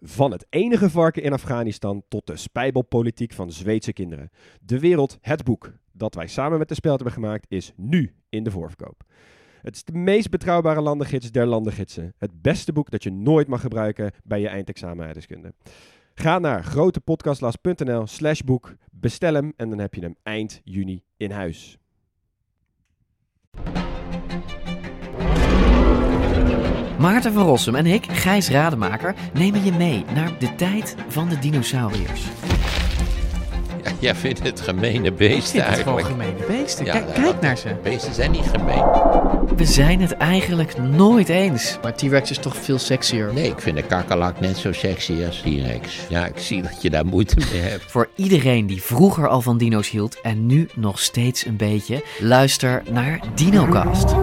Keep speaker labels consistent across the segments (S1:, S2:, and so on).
S1: Van het enige varken in Afghanistan tot de spijbelpolitiek van Zweedse kinderen. De Wereld, het boek dat wij samen met de Speld hebben gemaakt, is nu in de voorverkoop. Het is de meest betrouwbare landengids der landengidsen. Het beste boek dat je nooit mag gebruiken bij je eindexamen aardrijkskunde. Ga naar grotepodcastlas.nl/boek, bestel hem en dan heb je hem eind juni in huis.
S2: Maarten van Rossum en ik, Gijs Rademaker, nemen je mee naar de tijd van de dinosauriërs.
S3: Ja, jij vindt het gemene beesten
S4: Ik vind het
S3: eigenlijk.
S4: gewoon gemene beesten.
S3: Ja,
S4: Kijk naar ze.
S3: Beesten zijn niet gemeen.
S2: We zijn het eigenlijk nooit eens.
S5: Maar T-Rex is toch veel sexier?
S3: Nee, ik vind de kakkerlak net zo sexy als T-Rex. Ja, ik zie dat je daar moeite mee hebt.
S2: Voor iedereen die vroeger al van dino's hield en nu nog steeds een beetje, luister naar DinoCast.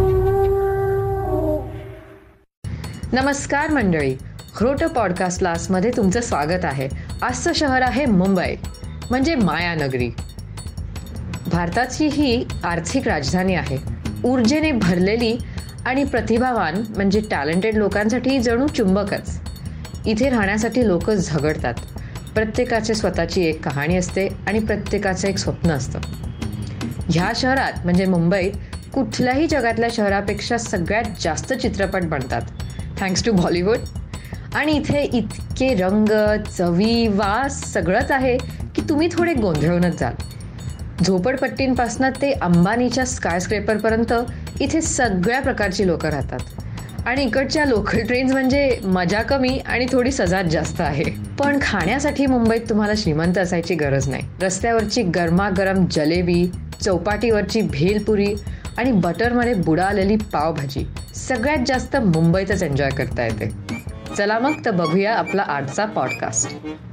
S6: नमस्कार मंडळी, ग्रोट पॉडकास्टलासमध्ये तुमचं स्वागत आहे. आजचं शहर आहे मुंबई, म्हणजे मायानगरी. भारताची ही आर्थिक राजधानी आहे. ऊर्जेने भरलेली आणि प्रतिभावान म्हणजे टॅलेंटेड लोकांसाठी जणू चुंबकच. इथे राहण्यासाठी लोक झगडतात. प्रत्येकाची स्वतःची एक कहाणी असते आणि प्रत्येकाचं एक स्वप्न असतं. ह्या शहरात म्हणजे मुंबईत कुठल्याही जगातल्या शहरापेक्षा सगळ्यात जास्त चित्रपट बनतात, थँक्स टू बॉलिवूड. आणि इथे इतके रंग, चवी, वास सगळंच आहे की तुम्ही थोडे गोंधळूनच जाल. झोपडपट्टींपासून ते अंबानीच्या स्कायस्क्रेपरपर्यंत इथे सगळ्या प्रकारची लोकं राहतात. आणि इकडच्या लोकल ट्रेन्स म्हणजे मजा कमी आणि थोडी सजात जास्त आहे. पण खाण्यासाठी मुंबईत तुम्हाला श्रीमंत असायची गरज नाही. रस्त्यावरची गरमागरम जलेबी, चौपाटीवरची भेलपुरी आणि बटरमध्ये बुडालेली पावभाजी सगळ्यात जास्त मुंबईतच एन्जॉय करता येते. चला मग तर बघूया आपला आजचा पॉडकास्ट.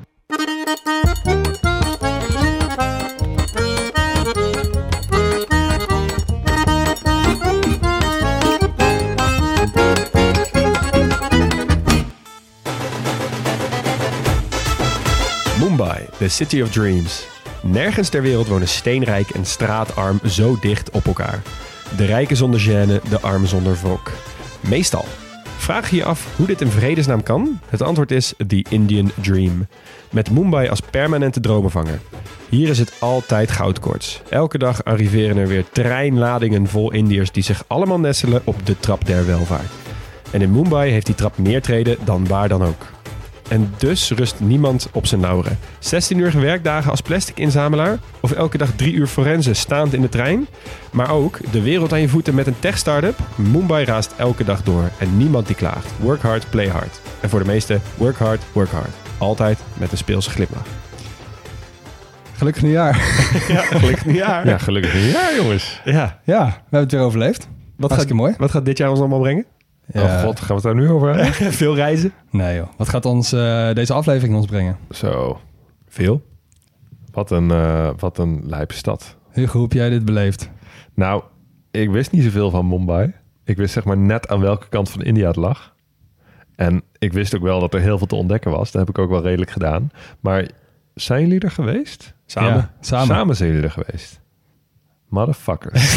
S1: Mumbai, the city of dreams. Nergens ter wereld wonen steenrijk en straatarm zo dicht op elkaar. De rijken zonder gêne, de armen zonder wrok. Meestal. Vraag je je af hoe dit in vredesnaam kan? Het antwoord is The Indian Dream. Met Mumbai als permanente dromenvanger. Hier is het altijd goudkoorts. Elke dag arriveren er weer treinladingen vol Indiërs die zich allemaal nestelen op de trap der welvaart. En in Mumbai heeft die trap meer treden dan waar dan ook. En dus rust niemand op zijn lauren. 16-uurige werkdagen als plastic inzamelaar of elke dag 3 uur forense staand in de trein. Maar ook de wereld aan je voeten met een tech-startup. Mumbai raast elke dag door en niemand die klaagt. Work hard, play hard. En voor de meesten, work hard, work hard. Altijd met een speelse glimlach.
S7: Gelukkig nieuwjaar.
S1: Ja, gelukkig nieuwjaar.
S8: Ja, gelukkig nieuwjaar, jongens.
S1: Ja.
S7: Ja, we hebben het weer overleefd. Hartstikke mooi.
S1: Wat gaat dit jaar ons allemaal brengen?
S7: Ja.
S8: Oh god, gaan we het daar nu over hebben?
S1: Veel reizen?
S7: Nee joh. Wat gaat deze aflevering ons brengen?
S8: Zo,
S1: Veel.
S8: wat een lijpe stad.
S7: Hugo, hoe heb jij dit beleefd?
S8: Nou, ik wist niet zoveel van Mumbai. Ik wist zeg maar net aan welke kant van India het lag. En ik wist ook wel dat er heel veel te ontdekken was. Dat heb ik ook wel redelijk gedaan. Maar zijn jullie er geweest?
S7: Ja, samen.
S8: Zijn jullie er geweest? Motherfuckers.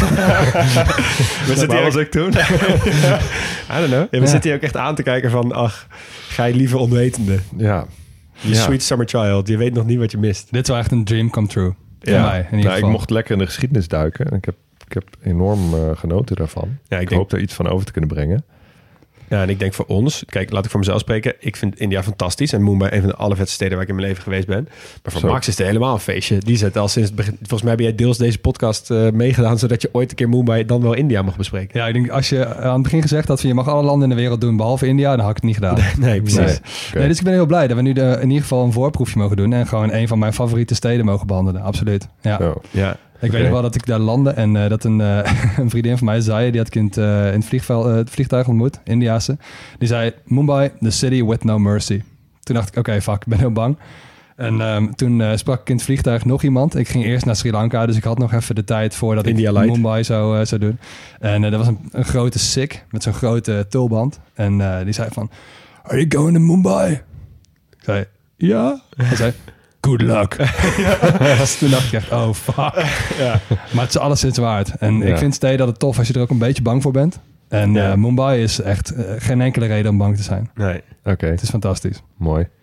S1: Waar
S8: was ik toen?
S1: I don't know. Ja, we zitten hier ook echt aan te kijken van, ach, ga je liever onwetende.
S8: Ja.
S1: You sweet summer child. Je weet nog niet wat je mist.
S7: Dit is wel echt een dream come true. Voor mij in ieder
S8: Nou,
S7: geval.
S8: ik mocht lekker in de geschiedenis duiken. En ik heb enorm genoten daarvan.
S1: Ja,
S8: ik hoop daar iets van over te kunnen brengen.
S1: Ja, en ik denk voor ons, kijk, laat ik voor mezelf spreken. Ik vind India fantastisch en Mumbai een van de allervetste steden waar ik in mijn leven geweest ben. Maar voor Max is het helemaal een feestje. Die zet al sinds het begin. Volgens mij ben jij deels deze podcast meegedaan, zodat je ooit een keer Mumbai dan wel India mag bespreken.
S7: Ja, ik denk als je aan het begin gezegd had van je mag alle landen in de wereld doen behalve India, dan had ik het niet gedaan.
S1: Nee, precies.
S7: Nee. Nee, dus ik ben heel blij dat we nu in ieder geval een voorproefje mogen doen en gewoon een van mijn favoriete steden mogen behandelen. Absoluut. Ja.
S8: Zo.
S1: Ja.
S7: Ik weet nog wel dat ik daar landde en dat een vriendin van mij zei, die had ik in het vliegtuig ontmoet, Indiase. Die zei, Mumbai, the city with no mercy. Toen dacht ik, oké, fuck, ik ben heel bang. En toen sprak ik in het vliegtuig nog iemand. Ik ging eerst naar Sri Lanka, dus ik had nog even de tijd voordat
S1: India
S7: ik
S1: Light.
S7: Mumbai zou doen. En er was een grote Sikh met zo'n grote tulband. En die zei van, are you going to Mumbai? Ik zei, ja. Hij zei, good luck. Dus toen dacht ik echt, oh fuck.
S1: Ja.
S7: Maar het is alleszins waard. En
S8: Ja.
S7: ik vind steden altijd tof als je er ook een beetje bang voor bent. En Mumbai is echt geen enkele reden om bang te zijn.
S1: Nee.
S8: Oké,
S7: Het is fantastisch.
S8: mooi.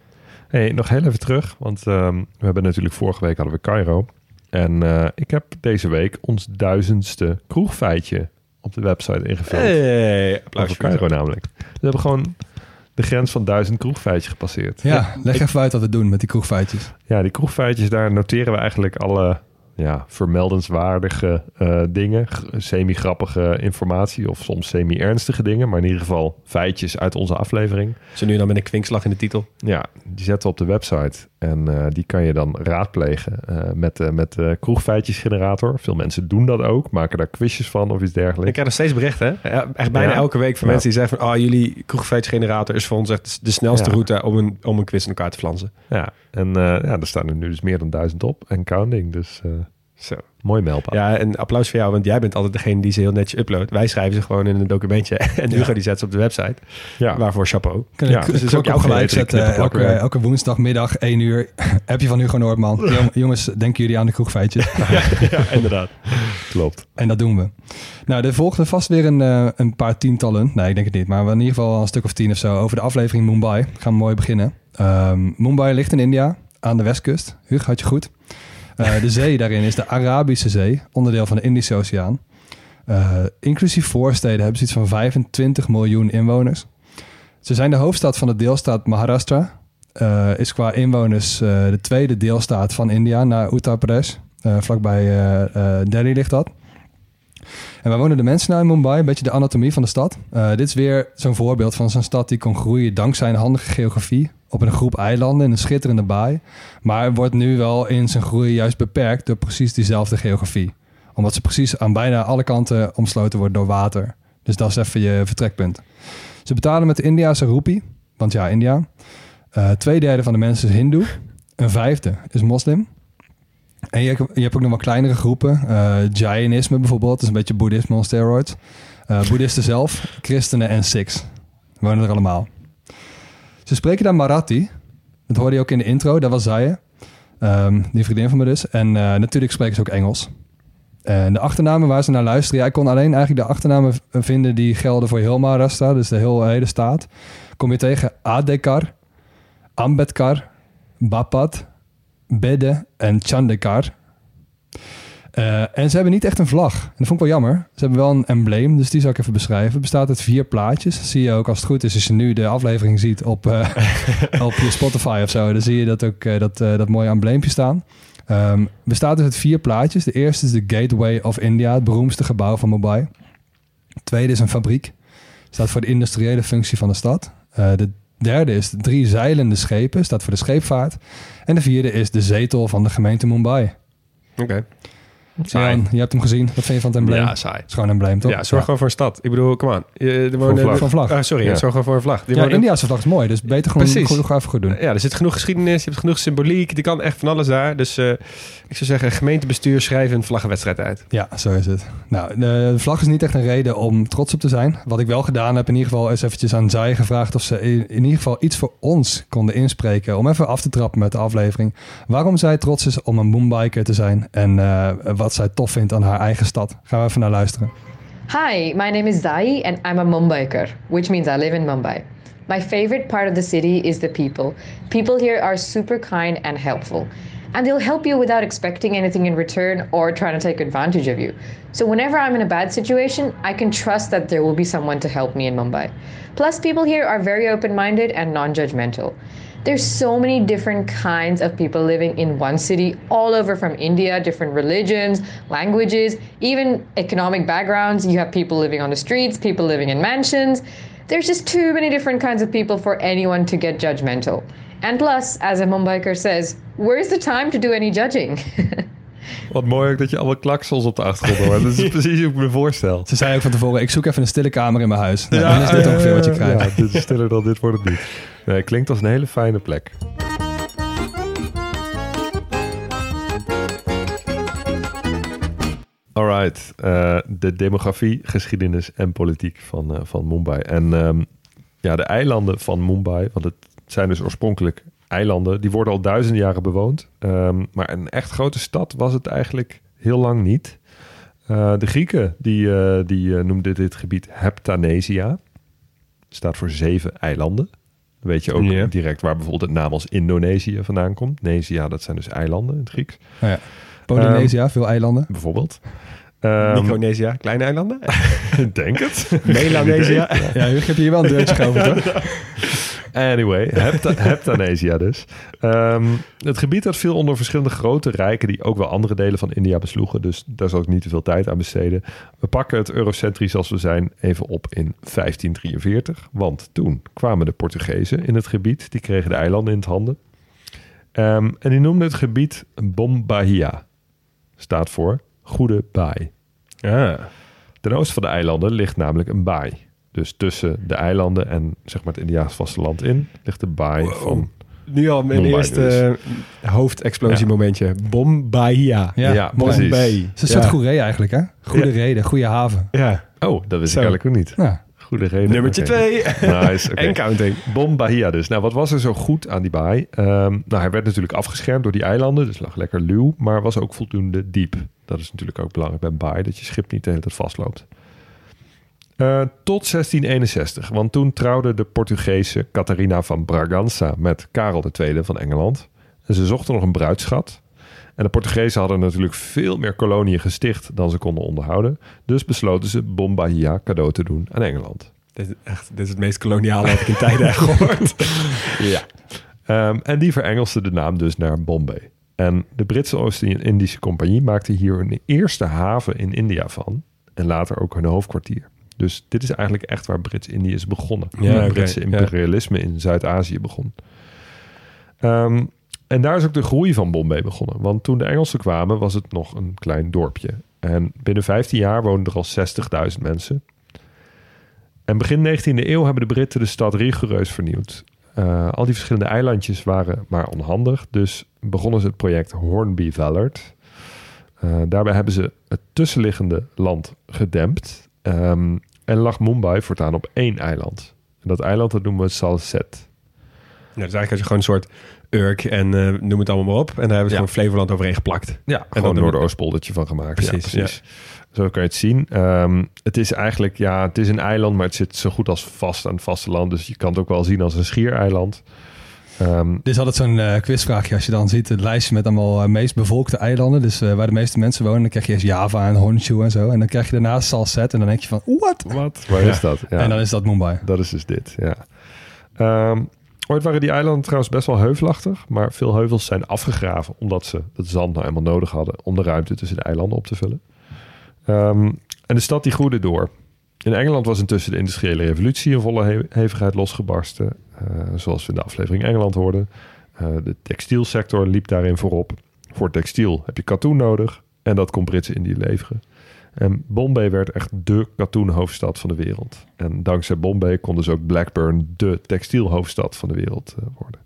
S8: Hey, nog heel even terug, want we hebben natuurlijk vorige week hadden we Cairo. En ik heb deze week ons 1000ste kroegfeitje op de website ingevuld.
S1: Hey, applaus
S8: Over Cairo namelijk. We hebben gewoon de grens van 1000 kroegfeitjes gepasseerd.
S7: Ja, leg even uit wat we doen met die kroegfeitjes.
S8: Ja, die kroegfeitjes, daar noteren we eigenlijk alle vermeldenswaardige dingen. Semi-grappige informatie of soms semi-ernstige dingen. Maar in ieder geval feitjes uit onze aflevering.
S1: Zo nu dan met een kwinkslag in de titel.
S8: Ja, die zetten we op de website. En die kan je dan raadplegen met de kroegfeitjesgenerator. Veel mensen doen dat ook. Maken daar quizjes van of iets dergelijks.
S1: Ik krijg nog steeds berichten. Hè? Echt bijna elke week van mensen die zeggen van... jullie kroegfeitjesgenerator is voor ons echt de snelste route om een quiz in elkaar te flansen.
S8: Ja, en er staan er nu dus meer dan 1000 op. En counting, dus...
S1: Zo.
S8: Mooi mijlpaal.
S1: Ja, en applaus voor jou, want jij bent altijd degene die ze heel netjes uploadt. Wij schrijven ze gewoon in een documentje en Hugo die zet ze op de website. Ja. Waarvoor chapeau.
S7: Dus is ook jouw gelijk zetten. Elke woensdagmiddag 1 uur heb je van Hugo Noordman. Jongens, denken jullie aan de kroegfeitjes?
S1: Ja, inderdaad.
S8: Klopt.
S7: En dat doen we. Nou, er volgde vast weer een paar tientallen. Nee, ik denk het niet. Maar in ieder geval een stuk of 10 of zo over de aflevering Mumbai. Gaan we mooi beginnen. Mumbai ligt in India, aan de westkust. Hugo, had je goed. De zee daarin is de Arabische Zee, onderdeel van de Indische Oceaan. Inclusief voorsteden hebben ze iets van 25 miljoen inwoners. Ze zijn de hoofdstad van de deelstaat Maharashtra. Is qua inwoners de tweede deelstaat van India na Uttar Pradesh. Vlakbij Delhi ligt dat. En waar wonen de mensen nou in Mumbai? Een beetje de anatomie van de stad. Dit is weer zo'n voorbeeld van zo'n stad die kon groeien dankzij een handige geografie. Op een groep eilanden in een schitterende baai. Maar wordt nu wel in zijn groei juist beperkt door precies diezelfde geografie. Omdat ze precies aan bijna alle kanten omsloten wordt door water. Dus dat is even je vertrekpunt. Ze betalen met de Indiase roepie. Want ja, India. 2/3 van de mensen is hindoe. 1/5 is moslim. En je hebt ook nog wel kleinere groepen. Jainisme bijvoorbeeld. Dat is een beetje boeddhisme on steroids. Boeddhisten zelf, christenen en Sikhs. Wonen er allemaal. Ze spreken daar Marathi. Dat hoorde je ook in de intro. Dat was zij. Die vriendin van me dus. En natuurlijk spreken ze ook Engels. En de achternamen waar ze naar luisteren... Ja, ik kon alleen eigenlijk de achternamen vinden... die gelden voor heel Maharashtra. Dus de hele staat. Kom je tegen Adekar, Ambedkar, Bapat, Bede en Chandekar. En ze hebben niet echt een vlag. En dat vond ik wel jammer. Ze hebben wel een embleem, dus die zal ik even beschrijven. Het bestaat uit 4 plaatjes. Dat zie je ook als het goed is. Als je nu de aflevering ziet op je Spotify of zo... dan zie je dat ook dat mooie embleempje staan. Bestaat dus uit 4 plaatjes. De eerste is de Gateway of India, het beroemdste gebouw van Mumbai. De tweede is een fabriek. Staat voor de industriële functie van de stad. De derde is de 3 zeilende schepen. Staat voor de scheepvaart. En de 4e is de zetel van de gemeente Mumbai.
S1: Oké.
S7: Jan, je hebt hem gezien. Wat vind je van het embleem?
S1: Ja, saai.
S7: Het is gewoon een embleem, toch?
S1: Ja, zorg gewoon voor een stad. Ik bedoel, come on.
S7: Voor een vlag.
S1: Zorg gewoon voor een vlag.
S7: Indiase vlag is mooi, dus beter gewoon even goed doen.
S1: Ja, er zit genoeg geschiedenis, je hebt genoeg symboliek. Die kan echt van alles daar. Dus ik zou zeggen, gemeentebestuur schrijven een vlaggenwedstrijd uit.
S7: Ja, zo is het. Nou, de vlag is niet echt een reden om trots op te zijn. Wat ik wel gedaan heb in ieder geval is eventjes aan Zai gevraagd of ze in ieder geval iets voor ons konden inspreken. Om even af te trappen met de aflevering. Waarom zij trots is om een Mumbaiker te zijn en wat zij tof vindt aan haar eigen stad. Gaan we even naar luisteren.
S6: Hi, my name is Zai and I'm a Mumbaiker, which means I live in Mumbai. My favorite part of the city is the people. People here are super kind and helpful. And they'll help you without expecting anything in return or trying to take advantage of you. So whenever I'm in a bad situation, I can trust that there will be someone to help me in Mumbai. Plus, people here are very open-minded and non-judgmental. There's so many different kinds of people living in one city, all over from India, different religions, languages, even economic backgrounds. You have people living on the streets, people living in mansions. There's just too many different kinds of people for anyone to get judgmental. And plus, as a Mumbaiker says, where's the time to do any judging?
S8: Wat mooi ook dat je allemaal klaksels op de achtergrond hoort. Dat is precies hoe ik me voorstel.
S7: Ze zei ook van tevoren, ik zoek even een stille kamer in mijn huis. Nou, dan is dit ongeveer wat je krijgt.
S8: Ja, dit is stiller dan dit wordt het niet. Nee, klinkt als een hele fijne plek. Alright, de demografie, geschiedenis en politiek van Mumbai. En de eilanden van Mumbai, want het zijn dus oorspronkelijk eilanden, die worden al duizenden jaren bewoond. Maar een echt grote stad was het eigenlijk heel lang niet. De Grieken die noemden dit gebied Heptanesia. Staat voor 7 eilanden. Dan weet je ook
S1: Ja.
S8: direct waar bijvoorbeeld het naam als Indonesië vandaan komt. Nesia, dat zijn dus eilanden in het Grieks.
S7: Nou ja. Polynesia, veel eilanden.
S8: Bijvoorbeeld.
S1: Micronesia, kleine eilanden.
S8: Denk het.
S1: Melanesia.
S7: Ja, ik heb hier wel een deurtje geopend, toch?
S8: Anyway, Heptanesia dus. Het gebied had viel onder verschillende grote rijken die ook wel andere delen van India besloegen. Dus daar zal ik niet te veel tijd aan besteden. We pakken het eurocentrisch als we zijn even op in 1543. Want toen kwamen de Portugezen in het gebied. Die kregen de eilanden in het handen. En die noemden het gebied Bombahia. Staat voor Goede Baai. Ten oosten van de eilanden ligt namelijk een baai. Dus tussen de eilanden en zeg maar het Indiaas vasteland in ligt de baai van...
S1: Nu al mijn
S8: Mumbai
S1: eerste hoofdexplosiemomentje. Bombahia.
S8: Ja,
S7: mooi.
S8: precies.
S1: Bombay.
S7: Het is een soort goeree eigenlijk, hè? Goede reden, goede haven.
S1: Ja.
S8: Oh, dat wist
S1: Zo.
S8: ik eigenlijk ook niet.
S7: Ja.
S8: Goede reden.
S1: Nummertje
S8: Oké.
S1: 2.
S8: Nice, oké.
S1: En counting.
S8: Bombahia dus. Nou, wat was er zo goed aan die baai? Hij werd natuurlijk afgeschermd door die eilanden. Dus lag lekker luw. Maar was ook voldoende diep. Dat is natuurlijk ook belangrijk bij een baai. Dat je schip niet de hele tijd vastloopt. Tot 1661. Want toen trouwde de Portugese Catharina van Bragança met Karel II van Engeland. En ze zochten nog een bruidsschat. En de Portugezen hadden natuurlijk veel meer koloniën gesticht dan ze konden onderhouden. Dus besloten ze Bombahia cadeau te doen aan Engeland.
S1: Dit is het meest koloniale wat ik in tijden heb gehoord.
S8: Ja. En die verengelste de naam dus naar Bombay. En de Britse Oost-Indische Compagnie maakte hier hun eerste haven in India van. En later ook hun hoofdkwartier. Dus dit is eigenlijk echt waar Brits-Indië is begonnen.
S1: Ja,
S8: Het
S1: oké,
S8: Britse
S1: ja.
S8: imperialisme in Zuid-Azië begon. En daar is ook de groei van Bombay begonnen. Want toen de Engelsen kwamen was het nog een klein dorpje. En binnen 15 jaar woonden er al 60.000 mensen. En begin 19e eeuw hebben de Britten de stad rigoureus vernieuwd. Al die verschillende eilandjes waren maar onhandig. Dus begonnen ze het project Hornby Vallard. Daarbij hebben ze het tussenliggende land gedempt. En lag Mumbai voortaan op 1 eiland. En dat eiland dat noemen we Salsette.
S1: Ja, dus eigenlijk als je gewoon een soort Urk en noem het allemaal maar op. En daar hebben ze gewoon Flevoland overheen geplakt.
S8: Ja,
S1: En
S8: gewoon
S1: dan-
S8: een Noordoostpoldertje van gemaakt.
S1: Precies,
S8: Ja, precies. Zo kan je het zien. Het is eigenlijk, het is een eiland, maar het zit zo goed als vast aan het vasteland. Dus je kan het ook wel zien als een schiereiland.
S7: Dit is altijd zo'n quizvraagje als je dan ziet het lijstje met allemaal meest bevolkte eilanden. Dus waar de meeste mensen wonen. Dan krijg je eerst Java en Honshu en zo. En dan krijg je daarna Salsette en dan denk je van, what?
S8: Waar is dat? Ja.
S7: En dan is dat Mumbai.
S8: Dat is dus dit, ja. Ooit waren die eilanden trouwens best wel heuvelachtig. Maar veel heuvels zijn afgegraven omdat ze het zand nou eenmaal nodig hadden om de ruimte tussen de eilanden op te vullen. En de stad die groeide door. In Engeland was intussen de industriële revolutie in volle hevigheid losgebarsten. Zoals we in de aflevering Engeland hoorden. De textielsector liep daarin voorop. Voor textiel heb je katoen nodig. En dat kon Britse-Indië leveren. En Bombay werd echt dé katoenhoofdstad van de wereld. En dankzij Bombay kon dus ook Blackburn de textielhoofdstad van de wereld worden.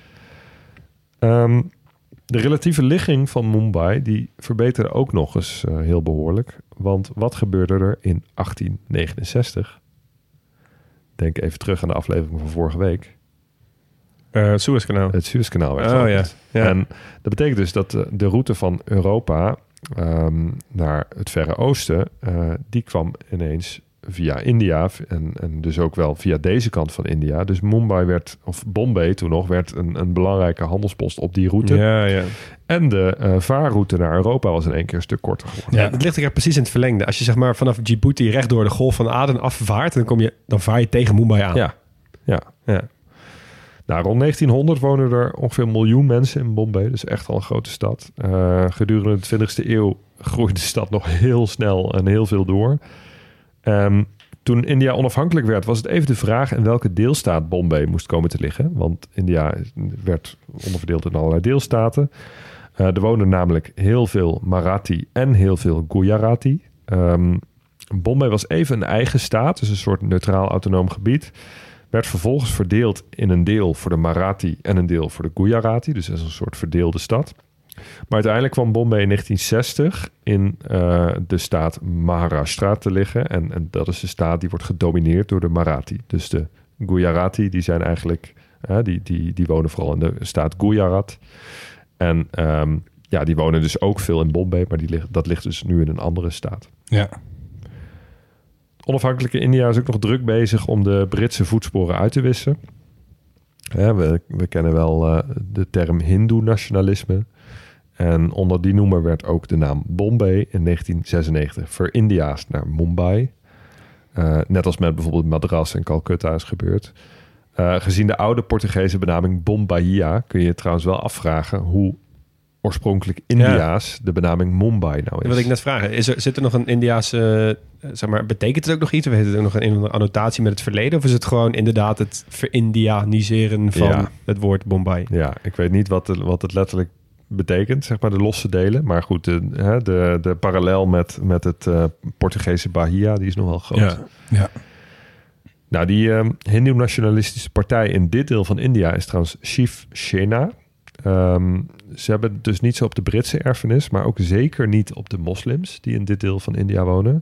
S8: De relatieve ligging van Mumbai die verbeterde ook nog eens heel behoorlijk. Want wat gebeurde er in 1869? Denk even terug aan de aflevering van vorige week.
S1: Suezkanaal.
S8: Het Suezkanaal werd
S1: Oh,
S8: geopend.
S1: ja. Ja.
S8: En dat betekent dus dat de route van Europa naar het Verre Oosten, die kwam ineens via India en dus ook wel via deze kant van India. Dus Mumbai werd, of Bombay toen nog, werd een belangrijke handelspost op die route.
S1: Ja.
S8: En de vaarroute naar Europa was in één keer een stuk korter geworden.
S1: Ja, het ligt ook echt precies in het verlengde. Als je zeg maar vanaf Djibouti recht door de Golf van Aden afvaart, dan vaar je tegen Mumbai aan.
S8: Ja. Nou, rond 1900 wonen er ongeveer 1 miljoen mensen in Bombay. Dus echt al een grote stad. Gedurende de 20e eeuw groeide de stad nog heel snel en heel veel door. Toen India onafhankelijk werd, was het even de vraag in welke deelstaat Bombay moest komen te liggen. Want India werd onderverdeeld in allerlei deelstaten. Er woonden namelijk heel veel Marathi en heel veel Gujarati. Bombay was even een eigen staat, dus een soort neutraal autonoom gebied. Werd vervolgens verdeeld in een deel voor de Marathi en een deel voor de Gujarati. Dus dat is een soort verdeelde stad. Maar uiteindelijk kwam Bombay in 1960 in de staat Maharashtra te liggen. En dat is de staat die wordt gedomineerd door de Marathi. Dus de Gujarati, die zijn eigenlijk... die wonen vooral in de staat Gujarat. En die wonen dus ook veel in Bombay. Maar dat ligt dus nu in een andere staat.
S7: Ja.
S8: Onafhankelijke India is ook nog druk bezig om de Britse voetsporen uit te wissen. We kennen wel de term Hindoe-nationalisme. En onder die noemer werd ook de naam Bombay in 1996 ver-Indiaasd naar Mumbai. Net als met bijvoorbeeld Madras en Calcutta is gebeurd. Gezien de oude Portugese benaming Bombaia kun je trouwens wel afvragen hoe oorspronkelijk Indiaas de benaming Mumbai nou is.
S1: En wat ik net vragen, zit er nog een Indiaanse, betekent het ook nog iets? Of heeft het ook nog een annotatie met het verleden? Of is het gewoon inderdaad het verindianiseren van het woord Bombay?
S8: Ja, ik weet niet wat het letterlijk betekent, zeg maar de losse delen. Maar goed, de parallel met het Portugese Bahia, die is nog wel groot.
S7: Ja.
S8: Nou, die Hindoe-nationalistische partij in dit deel van India is trouwens Shiv Sena. Ze hebben het dus niet zo op de Britse erfenis, maar ook zeker niet op de moslims die in dit deel van India wonen.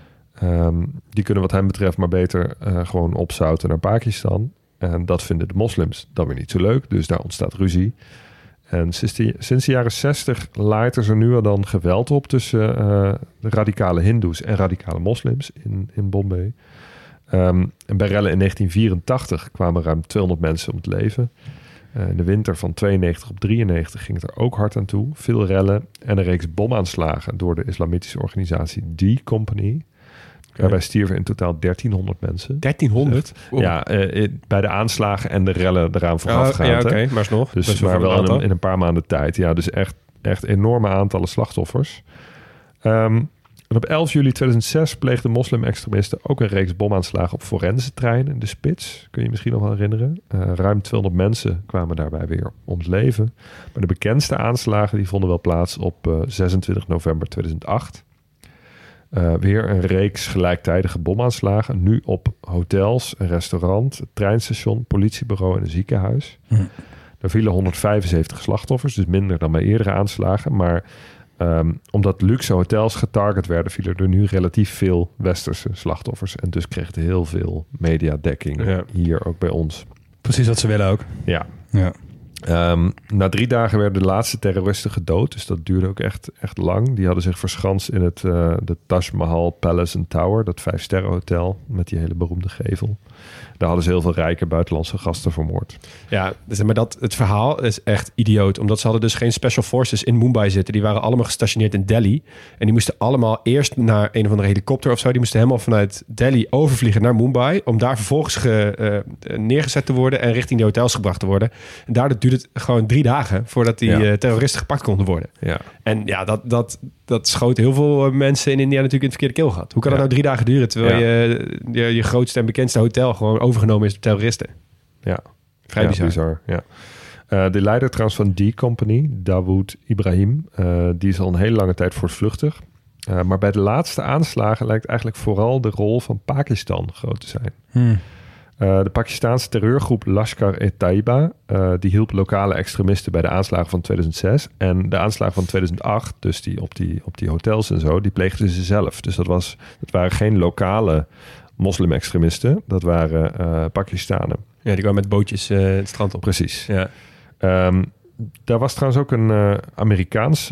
S8: Die kunnen wat hen betreft maar beter gewoon opzouten naar Pakistan. En dat vinden de moslims dan weer niet zo leuk, dus daar ontstaat ruzie. En sinds de jaren 60 laait er nu en dan geweld op tussen de radicale hindoes en radicale moslims in Bombay. En bij rellen in 1984 kwamen ruim 200 mensen om het leven. In de winter van 92 op 93 ging het er ook hard aan toe. Veel rellen en een reeks bomaanslagen door de islamitische organisatie D-Company. Daarbij stierven in totaal 1300 mensen.
S1: 1300?
S8: Ja, bij de aanslagen en de rellen eraan voorafgaand.
S1: Ja, oké, maar alsnog.
S8: Dus maar wel in een paar maanden tijd. Ja, dus echt enorme aantallen slachtoffers. En op 11 juli 2006 pleegden moslim-extremisten ook een reeks bomaanslagen op forensentreinen in de Spits. Kun je je misschien nog wel herinneren. Ruim 200 mensen kwamen daarbij weer om het leven. Maar de bekendste aanslagen die vonden wel plaats op 26 november 2008. Weer een reeks gelijktijdige bomaanslagen. Nu op hotels, een restaurant, het treinstation, politiebureau en een ziekenhuis. Daar vielen 175 slachtoffers, dus minder dan bij eerdere aanslagen. Maar omdat luxe hotels getarget werden, vielen er nu relatief veel westerse slachtoffers. En dus kreeg het heel veel mediadekking hier ook bij ons.
S7: Precies wat ze willen ook.
S8: Ja.
S7: Ja.
S8: Na 3 dagen werden de laatste terroristen gedood. Dus dat duurde ook echt lang. Die hadden zich verschanst in de Taj Mahal Palace and Tower. Dat 5-sterren hotel met die hele beroemde gevel. Daar hadden ze heel veel rijke buitenlandse gasten vermoord.
S1: Ja, maar het verhaal is echt idioot. Omdat ze hadden dus geen special forces in Mumbai zitten. Die waren allemaal gestationeerd in Delhi. En die moesten allemaal eerst naar een of andere helikopter of zo. Die moesten helemaal vanuit Delhi overvliegen naar Mumbai. Om daar vervolgens neergezet te worden en richting de hotels gebracht te worden. En daardoor duurde het gewoon 3 dagen voordat die terroristen gepakt konden worden. Ja. En ja, dat schoot heel veel mensen in India natuurlijk in het verkeerde keelgat. Hoe kan dat nou 3 dagen duren terwijl je grootste en bekendste hotel gewoon overgenomen is door terroristen?
S8: Ja,
S1: vrij bizar.
S8: Ja. De leider trouwens van D-Company, Dawood Ibrahim, die is al een hele lange tijd voortvluchtig. Maar bij de laatste aanslagen lijkt eigenlijk vooral de rol van Pakistan groot te zijn. De Pakistaanse terreurgroep Lashkar-e-Taiba, die hielp lokale extremisten bij de aanslagen van 2006. En de aanslagen van 2008, dus die op die hotels en zo, die pleegden ze zelf. Dus dat waren geen lokale moslim-extremisten, dat waren Pakistanen.
S1: Ja, die kwamen met bootjes het strand op.
S8: Precies.
S1: Ja.
S8: Daar was trouwens ook een Amerikaans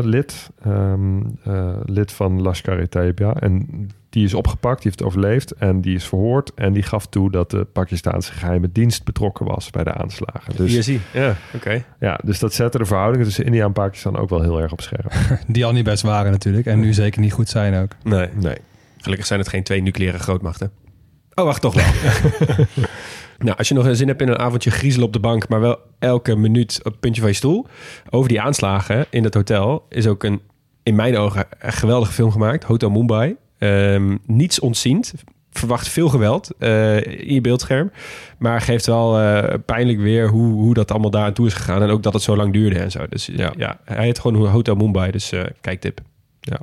S8: lid van Lashkar-e-Taiba. En die is opgepakt, die heeft overleefd en die is verhoord. En die gaf toe dat de Pakistaanse geheime dienst betrokken was bij de aanslagen. Dus,
S1: hier zie je. Ja, oké.
S8: Ja, dus dat zette de verhoudingen tussen India en Pakistan ook wel heel erg op scherp.
S7: Die al niet best waren natuurlijk. En nu zeker niet goed zijn ook.
S1: Nee. Gelukkig zijn het geen 2 nucleaire grootmachten. Oh, wacht, toch wel. Nou, als je nog zin hebt in een avondje griezelen op de bank, maar wel elke minuut op het puntje van je stoel. Over die aanslagen in dat hotel is ook in mijn ogen, een geweldige film gemaakt. Hotel Mumbai. Niets ontziend. Verwacht veel geweld in je beeldscherm. Maar geeft wel pijnlijk weer hoe dat allemaal daar aan toe is gegaan. En ook dat het zo lang duurde en zo. Dus ja hij heet gewoon Hotel Mumbai. Dus kijktip.
S8: Ja.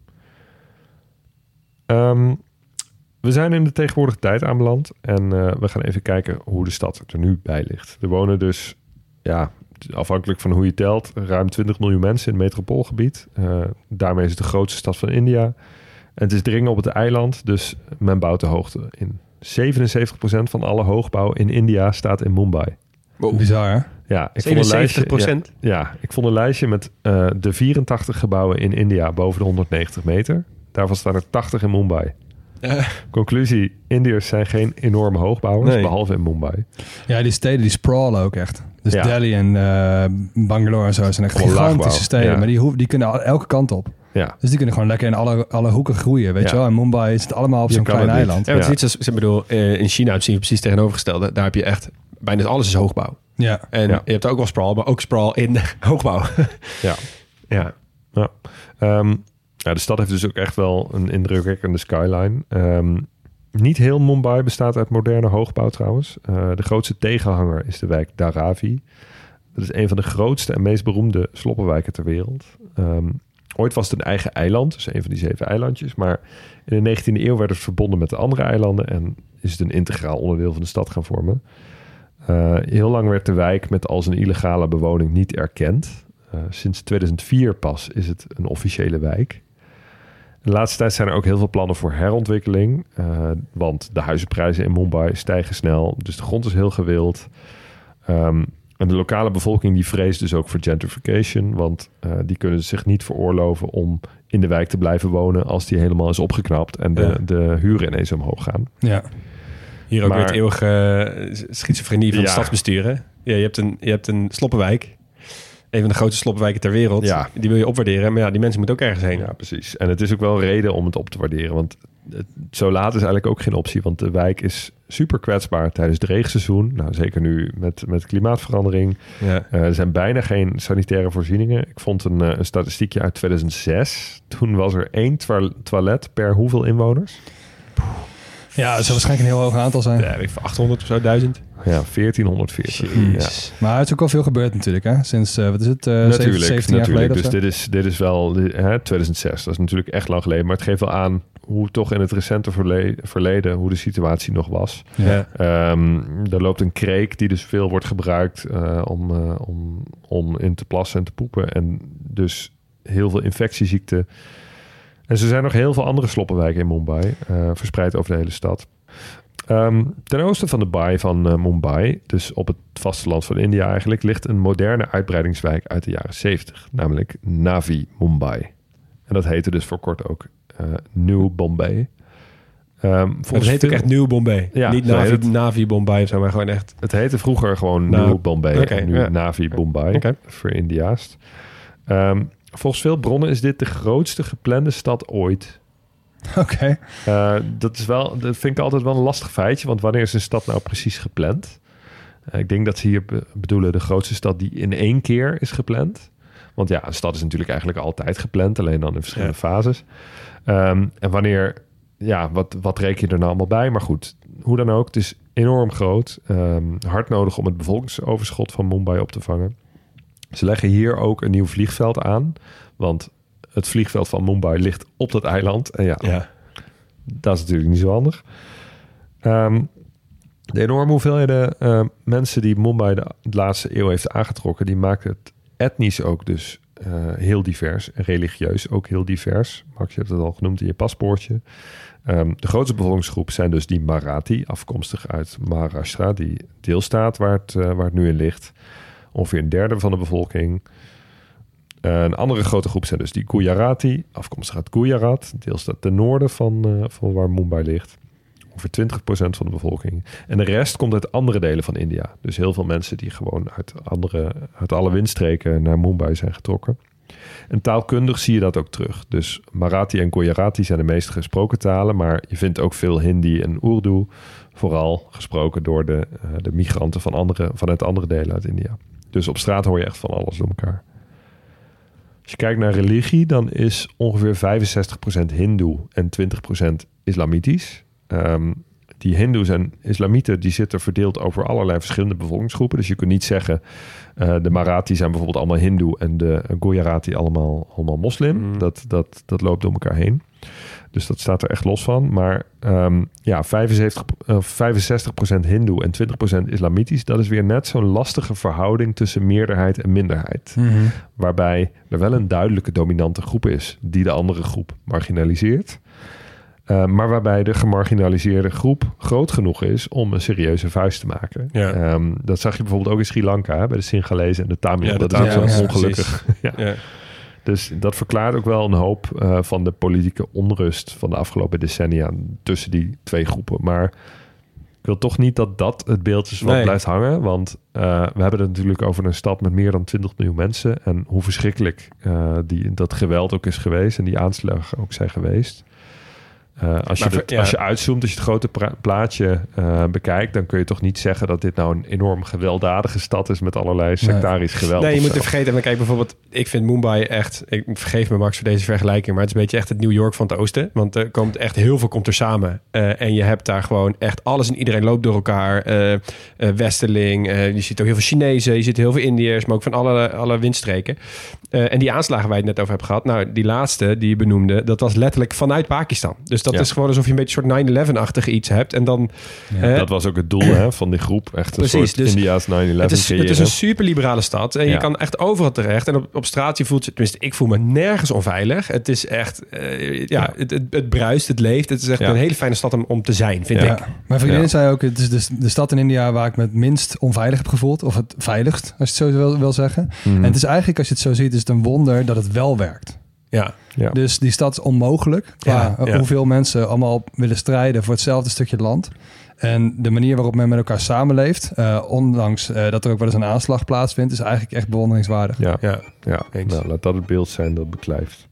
S8: We zijn in de tegenwoordige tijd aanbeland. En we gaan even kijken hoe de stad er nu bij ligt. Er wonen dus, afhankelijk van hoe je telt, ruim 20 miljoen mensen in het metropoolgebied. Daarmee is het de grootste stad van India. En het is dringen op het eiland, dus men bouwt de hoogte in. 77% van alle hoogbouw in India staat in Mumbai.
S7: Wow. Bizar, hè?
S8: Ja, ik
S1: 77%?
S8: vond een lijstje, ik vond een lijstje met de 84 gebouwen in India boven de 190 meter. Daarvan staan er 80 in Mumbai. Conclusie, Indiërs zijn geen enorme hoogbouwers,
S1: Nee.
S8: behalve in Mumbai.
S7: Ja, die steden die sprawlen ook echt. Dus
S8: Ja.
S7: Delhi en Bangalore en zo zijn echt
S8: Allemaal
S7: gigantische
S8: laagbouw,
S7: steden.
S8: ja.
S7: Maar die kunnen elke kant op.
S8: Ja,
S7: Dus die kunnen gewoon lekker in alle hoeken groeien, weet
S8: Ja.
S7: je wel. En Mumbai is het allemaal op
S8: Je
S7: zo'n
S8: kan
S7: klein
S8: het niet.
S7: eiland.
S1: Ja, maar het is niet zoals, ik bedoel, in China zie je precies tegenovergestelde. Daar heb je echt, bijna alles is hoogbouw.
S7: Ja.
S1: En
S8: Ja.
S1: je hebt ook wel sprawl, maar ook sprawl in hoogbouw.
S8: ja.
S1: Ja.
S8: Ja. Ja, de stad heeft dus ook echt wel een indrukwekkende skyline. Niet heel Mumbai bestaat uit moderne hoogbouw trouwens. De grootste tegenhanger is de wijk Dharavi. Dat is een van de grootste en meest beroemde sloppenwijken ter wereld. Ooit was het een eigen eiland, dus een van die 7 eilandjes. Maar in de 19e eeuw werd het verbonden met de andere eilanden en is het een integraal onderdeel van de stad gaan vormen. Heel lang werd de wijk met al zijn illegale bewoning niet erkend. Sinds 2004 pas is het een officiële wijk. De laatste tijd zijn er ook heel veel plannen voor herontwikkeling. Want de huizenprijzen in Mumbai stijgen snel. Dus de grond is heel gewild. En de lokale bevolking die vreest dus ook voor gentrification. Want die kunnen zich niet veroorloven om in de wijk te blijven wonen als die helemaal is opgeknapt en de huren ineens omhoog gaan.
S7: Ja.
S1: Hier ook
S8: Maar-
S1: weer het eeuwige schizofrenie van
S8: Ja.
S1: het stadsbesturen. Ja, je hebt een sloppenwijk. Een van de grootste sloppenwijken ter wereld.
S8: Ja.
S1: Die wil je opwaarderen. Maar ja, die mensen moeten ook ergens heen.
S8: Ja, precies. En het is ook wel een reden om het op te waarderen. Want zo laat is eigenlijk ook geen optie. Want de wijk is super kwetsbaar tijdens het regenseizoen. Nou, zeker nu met klimaatverandering.
S1: Ja.
S8: Er zijn bijna geen sanitaire voorzieningen. Ik vond een statistiekje uit 2006. Toen was er 1 toilet per hoeveel inwoners?
S7: Ja, dat zal waarschijnlijk een heel hoog aantal zijn.
S1: Ja, weet ik, voor 800 of zo, 1000.
S8: Ja, 1440.
S1: Jeez.
S7: Maar het is ook al veel gebeurd natuurlijk, hè? Sinds, wat is het,
S8: Natuurlijk,
S7: 17 jaar geleden of
S8: Dus
S7: zo?
S8: dit is wel 2006. Dat is natuurlijk echt lang geleden. Maar het geeft wel aan hoe toch in het recente verleden... hoe de situatie nog was.
S7: Ja.
S8: Er loopt een kreek die dus veel wordt gebruikt... om in te plassen en te poepen. En dus heel veel infectieziekten. En er zijn nog heel veel andere sloppenwijken in Mumbai... verspreid over de hele stad. Ten oosten van de baai van Mumbai, dus op het vasteland van India eigenlijk, ligt een moderne uitbreidingswijk uit de jaren 70, namelijk Navi Mumbai. En dat heette dus voor kort ook New Bombay.
S1: Het heet ook echt Nieuw Bombay.
S8: Ja,
S1: Niet
S8: zo heet het.
S1: Navi Bombay of zo, maar gewoon echt...
S8: Het heette vroeger gewoon
S1: Nou,
S8: New Bombay
S1: oké,
S8: en nu
S1: ja.
S8: Navi Bombay
S1: Oké.
S8: voor Indiaast. Volgens veel bronnen is dit de grootste geplande stad ooit.
S7: Oké.
S8: Dat vind ik altijd wel een lastig feitje, want wanneer is een stad nou precies gepland? Ik denk dat ze hier bedoelen de grootste stad die in 1 keer is gepland. Want ja, een stad is natuurlijk eigenlijk altijd gepland, alleen dan in verschillende fases. En wanneer, ja, wat reken je er nou allemaal bij? Maar goed, hoe dan ook, het is enorm groot. Hard nodig om het bevolkingsoverschot van Mumbai op te vangen. Ze leggen hier ook een nieuw vliegveld aan, want het vliegveld van Mumbai ligt op dat eiland. En ja. Dat is natuurlijk niet zo handig. De enorme hoeveelheden mensen die Mumbai de laatste eeuw heeft aangetrokken... die maakt het etnisch ook dus heel divers. En religieus ook heel divers. Max, je hebt het al genoemd in je paspoortje. De grootste bevolkingsgroep zijn dus die Marathi... afkomstig uit Maharashtra, die deelstaat waar het nu in ligt. Ongeveer een derde van de bevolking... Een andere grote groep zijn dus die Gujarati, afkomstig uit Gujarat, deelstaat ten noorden van waar Mumbai ligt. Ongeveer 20% van de bevolking. En de rest komt uit andere delen van India. Dus heel veel mensen die gewoon uit alle windstreken naar Mumbai zijn getrokken. En taalkundig zie je dat ook terug. Dus Marathi en Gujarati zijn de meest gesproken talen, maar je vindt ook veel Hindi en Urdu, vooral gesproken door de migranten vanuit andere delen uit India. Dus op straat hoor je echt van alles door elkaar. Als je kijkt naar religie, dan is ongeveer 65% Hindoe en 20% Islamitisch. Die Hindoes en Islamieten die zitten verdeeld over allerlei verschillende bevolkingsgroepen. Dus je kunt niet zeggen, de Marathi zijn bijvoorbeeld allemaal Hindoe en de Gujarati allemaal moslim. Dat loopt door elkaar heen. Dus dat staat er echt los van. Maar 65% Hindoe en 20% Islamitisch... dat is weer net zo'n lastige verhouding tussen meerderheid en minderheid.
S7: Mm-hmm.
S8: Waarbij er wel een duidelijke dominante groep is... die de andere groep marginaliseert. Maar waarbij de gemarginaliseerde groep groot genoeg is... om een serieuze vuist te maken.
S1: Ja.
S8: Dat zag je bijvoorbeeld ook in Sri Lanka... Hè, bij de Singalezen en de Tamil.
S1: Ja, de
S8: dat is ook
S1: Tamils,
S8: zo ongelukkig.
S1: Ja.
S8: Dus dat verklaart ook wel een hoop van de politieke onrust van de afgelopen decennia tussen die twee groepen. Maar ik wil toch niet dat het beeld is wat blijft hangen. Want we hebben het natuurlijk over een stad met meer dan 20 miljoen mensen. En hoe verschrikkelijk dat geweld ook is geweest en die aanslagen ook zijn geweest. Als je uitzoomt, als je het grote plaatje bekijkt, dan kun je toch niet zeggen dat dit nou een enorm gewelddadige stad is met allerlei sectarisch geweld.
S1: Nee, je moet het vergeten. Maar kijk, bijvoorbeeld, ik vind Mumbai echt, ik vergeef me Max voor deze vergelijking, maar het is een beetje echt het New York van het oosten. Want er komt echt heel veel komt er samen. En je hebt daar gewoon echt alles en iedereen loopt door elkaar. Westerling, je ziet ook heel veel Chinezen, je ziet heel veel Indiërs, maar ook van alle windstreken. En die aanslagen waar je het net over hebt gehad, nou, die laatste die je benoemde, dat was letterlijk vanuit Pakistan. Dus dat is gewoon alsof je een beetje een soort 9/11-achtig iets hebt. En dan...
S8: dat was ook het doel van die groep. Echt een soort dus India's 9/11
S1: het is een super liberale stad. En je kan echt overal terecht. En op straat, je voelt je... Tenminste, ik voel me nergens onveilig. Het is echt... het bruist, het leeft. Het is echt een hele fijne stad om te zijn, vind ik.
S7: Mijn vriendin zei ook, het is de stad in India waar ik me het minst onveilig heb gevoeld. Of het veiligst, als je het zo wil zeggen. En het is eigenlijk, als je het zo ziet, is het een wonder dat het wel werkt.
S1: Ja.
S7: Dus die stad is onmogelijk. Hoeveel mensen allemaal willen strijden voor hetzelfde stukje land. En de manier waarop men met elkaar samenleeft, ondanks dat er ook wel eens een aanslag plaatsvindt, is eigenlijk echt bewonderingswaardig.
S8: Ja. Nou, laat dat het beeld zijn dat beklijft.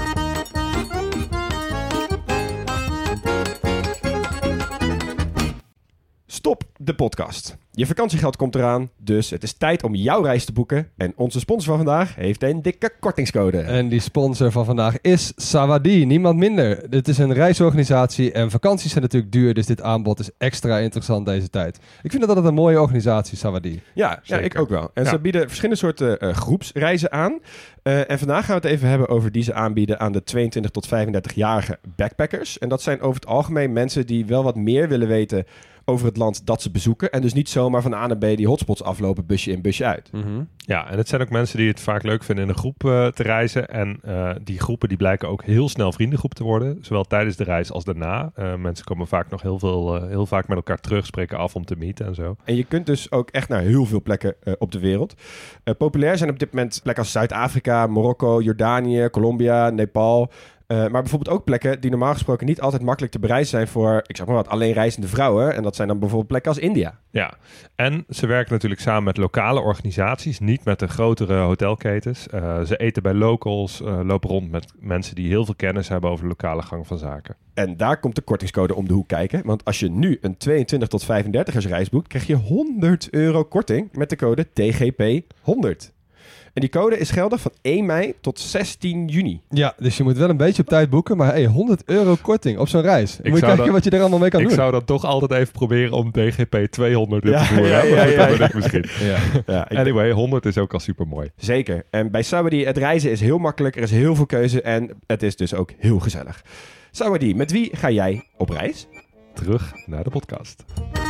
S1: Stop de podcast. Je vakantiegeld komt eraan, dus het is tijd om jouw reis te boeken. En onze sponsor van vandaag heeft een dikke kortingscode.
S4: En die sponsor van vandaag is Sawadee, niemand minder. Dit is een reisorganisatie en vakanties zijn natuurlijk duur, dus dit aanbod is extra interessant deze tijd. Ik vind dat altijd een mooie organisatie, Sawadee.
S1: Ja, ik ook wel. En ze bieden verschillende soorten groepsreizen aan. En vandaag gaan we het even hebben over die ze aanbieden aan de 22 tot 35-jarige backpackers. En dat zijn over het algemeen mensen die wel wat meer willen weten over het land dat ze bezoeken. En dus niet zomaar van A naar B die hotspots aflopen, busje in, busje uit.
S8: Mm-hmm. Ja, en het zijn ook mensen die het vaak leuk vinden in een groep te reizen. En die groepen die blijken ook heel snel vriendengroep te worden. Zowel tijdens de reis als daarna. Mensen komen vaak nog heel vaak met elkaar terug, spreken af om te meeten en zo.
S1: En je kunt dus ook echt naar heel veel plekken op de wereld. Populair zijn op dit moment plekken als Zuid-Afrika, Marokko, Jordanië, Colombia, Nepal. Maar bijvoorbeeld ook plekken die normaal gesproken niet altijd makkelijk te bereizen zijn voor, ik zeg maar wat, alleen reizende vrouwen. En dat zijn dan bijvoorbeeld plekken als India.
S8: Ja, en ze werken natuurlijk samen met lokale organisaties, niet met de grotere hotelketens. Ze eten bij locals, lopen rond met mensen die heel veel kennis hebben over de lokale gang van zaken.
S1: En daar komt de kortingscode om de hoek kijken. Want als je nu een 22 tot 35ers reis boekt, krijg je €100 korting met de code TGP100. En die code is geldig van 1 mei tot 16 juni.
S4: Ja, dus je moet wel een beetje op tijd boeken. Maar €100 korting op zo'n reis. Moet je kijken wat je er allemaal mee kan doen.
S8: Ik zou dat toch altijd even proberen om TGP 200 in te voeren. Ja, dat ik misschien. Anyway, 100 is ook al super mooi.
S1: Zeker. En bij Sawadee, het reizen is heel makkelijk. Er is heel veel keuze en het is dus ook heel gezellig. Sawadee, met wie ga jij op reis?
S8: Terug naar de podcast.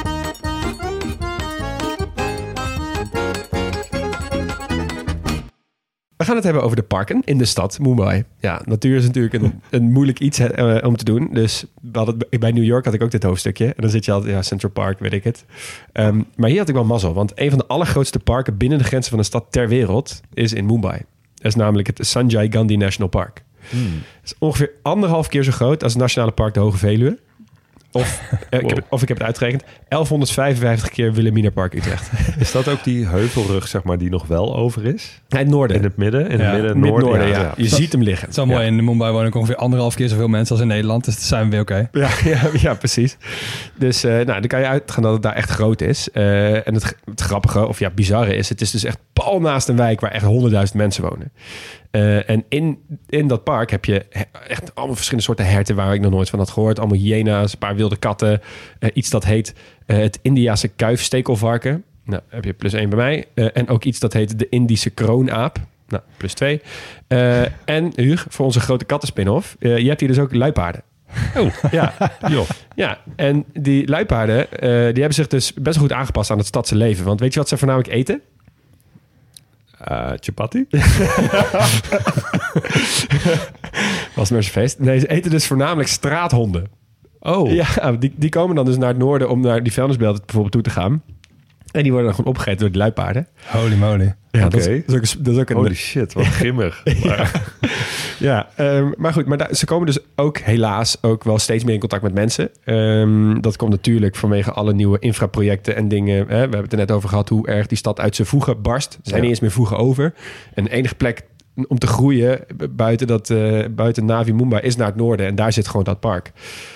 S1: We gaan het hebben over de parken in de stad Mumbai. Ja, natuur is natuurlijk een moeilijk iets om te doen. Dus bij New York had ik ook dit hoofdstukje. En dan zit je altijd, Central Park, weet ik het. Maar hier had ik wel mazzel. Want een van de allergrootste parken binnen de grenzen van een stad ter wereld is in Mumbai. Dat is namelijk het Sanjay Gandhi National Park. Het is ongeveer 1,5 keer zo groot als het Nationale Park de Hoge Veluwe. Of ik heb het uitgerekend, 1155 keer Wilhelminapark Utrecht.
S8: Is dat ook die heuvelrug, zeg maar, die nog wel over is?
S1: In het noorden.
S8: In het midden? In het noorden,
S1: ja. Je ziet hem liggen.
S7: Het is wel mooi. In Mumbai wonen ook ongeveer 1,5 keer zoveel mensen als in Nederland. Dus dat zijn we weer oké.
S1: Ja, precies. Dus dan kan je uitgaan dat het daar echt groot is. En het grappige, of bizarre is, het is dus echt pal naast een wijk waar echt 100.000 mensen wonen. En in dat park heb je echt allemaal verschillende soorten herten waar ik nog nooit van had gehoord. Allemaal hyena's, een paar wilde katten. Iets dat heet het Indiase kuifstekelvarken. Nou, heb je +1 bij mij. En ook iets dat heet de Indische kroonaap. Nou, +2. En Huug, voor onze grote katten-spin-off. Je hebt hier dus ook luipaarden.
S8: Oh, joh.
S1: Ja, en die luipaarden die hebben zich dus best wel goed aangepast aan het stadse leven. Want weet je wat ze voornamelijk eten?
S8: Chapati?
S1: Was maar eens feest. Nee, ze eten dus voornamelijk straathonden.
S8: Oh.
S1: Ja, die komen dan dus naar het noorden om naar die vuilnisbelt bijvoorbeeld toe te gaan. En die worden dan gewoon opgegeten door de luipaarden.
S7: Holy moly.
S1: Ja,
S8: Oké.
S1: dat is ook een...
S8: Holy shit, wat grimmig.
S1: Maar goed, ze komen dus ook helaas ook wel steeds meer in contact met mensen. Dat komt natuurlijk vanwege alle nieuwe infraprojecten en dingen. Hè. We hebben het er net over gehad hoe erg die stad uit zijn voegen barst. Er zijn niet eens meer voegen over. En de enige plek om te groeien buiten Navi Mumbai is naar het noorden. En daar zit gewoon dat park.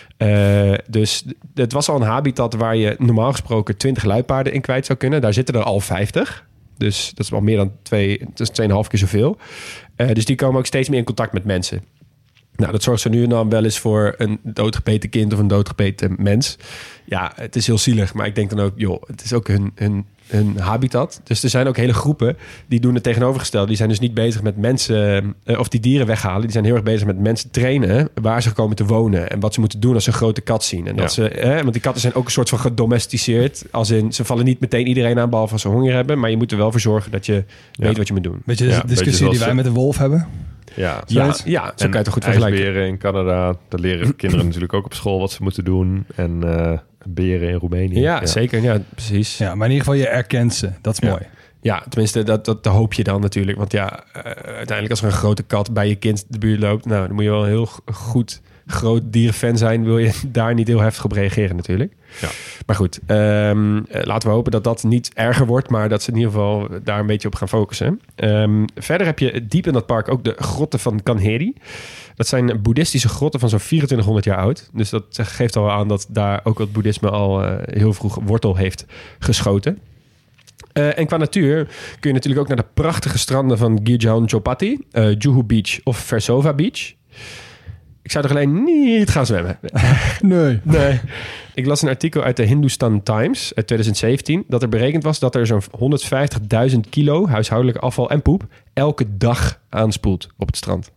S1: Dus het was al een habitat waar je normaal gesproken 20 luipaarden in kwijt zou kunnen. Daar zitten er al 50. Dus dat is wel meer dan 2,5 keer zoveel. Dus die komen ook steeds meer in contact met mensen. Nou, dat zorgt zo nu en dan wel eens voor een doodgebeten kind of een doodgebeten mens. Ja, het is heel zielig, maar ik denk dan ook, joh, het is ook hun habitat. Dus er zijn ook hele groepen die doen het tegenovergestelde. Die zijn dus niet bezig met mensen of die dieren weghalen. Die zijn heel erg bezig met mensen trainen waar ze komen te wonen en wat ze moeten doen als ze een grote kat zien. En dat want die katten zijn ook een soort van gedomesticeerd. Als in, ze vallen niet meteen iedereen aan behalve als ze honger hebben, maar je moet er wel voor zorgen dat je weet wat je moet doen.
S7: Weet je de discussie die wij met de wolf hebben?
S1: Ja, zo kan je het toch goed vergelijken.
S8: IJsberen in Canada, daar leren kinderen natuurlijk ook op school wat ze moeten doen. En beren in Roemenië.
S1: Ja, zeker. Ja, precies.
S7: Ja, maar in ieder geval, je erkent ze. Dat is mooi.
S1: Ja, tenminste, dat hoop je dan natuurlijk. Want uiteindelijk als er een grote kat bij je kind de buurt loopt, nou, dan moet je wel een heel goed groot dierenfan zijn. Wil je daar niet heel heftig op reageren natuurlijk. Ja. Maar goed, laten we hopen dat dat niet erger wordt, maar dat ze in ieder geval daar een beetje op gaan focussen. Verder heb je diep in dat park ook de grotten van Kanheri. Dat zijn boeddhistische grotten van zo'n 2400 jaar oud. Dus dat geeft al aan dat daar ook het boeddhisme al heel vroeg wortel heeft geschoten. En qua natuur kun je natuurlijk ook naar de prachtige stranden van Girjan Chowpatty, Juhu Beach of Versova Beach. Ik zou er alleen niet gaan zwemmen.
S7: Nee.
S1: Ik las een artikel uit de Hindustan Times uit 2017... dat er berekend was dat er zo'n 150.000 kilo huishoudelijk afval en poep elke dag aanspoelt op het strand.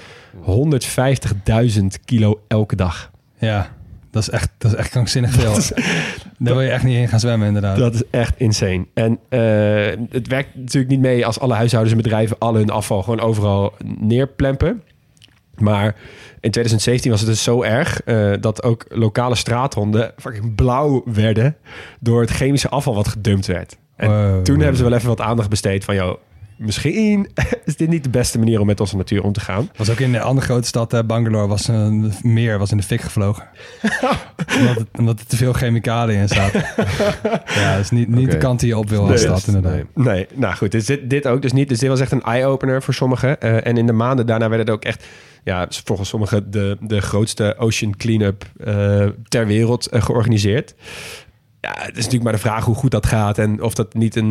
S1: 150.000 kilo elke dag.
S7: Ja, dat is echt krankzinnig veel. Daar wil je echt niet in gaan zwemmen, inderdaad.
S1: Dat is echt insane. En het werkt natuurlijk niet mee als alle huishoudens en bedrijven al hun afval gewoon overal neerplempen. Maar in 2017 was het dus zo erg dat ook lokale straathonden fucking blauw werden door het chemische afval wat gedumpt werd. En toen hebben ze wel even wat aandacht besteed van, joh, misschien is dit niet de beste manier om met onze natuur om te gaan.
S7: Was ook in de andere grote stad, Bangalore, was een meer was in de fik gevlogen. omdat er te veel chemicaliën in zaten. Ja, dat is niet de kant die je op wil als stad, inderdaad.
S1: Nee, nou goed, dus dit ook dus niet. Dus dit was echt een eye-opener voor sommigen. En in de maanden daarna werden er ook echt, ja, volgens sommigen de grootste ocean cleanup ter wereld georganiseerd. Ja, het is natuurlijk maar de vraag hoe goed dat gaat en of dat niet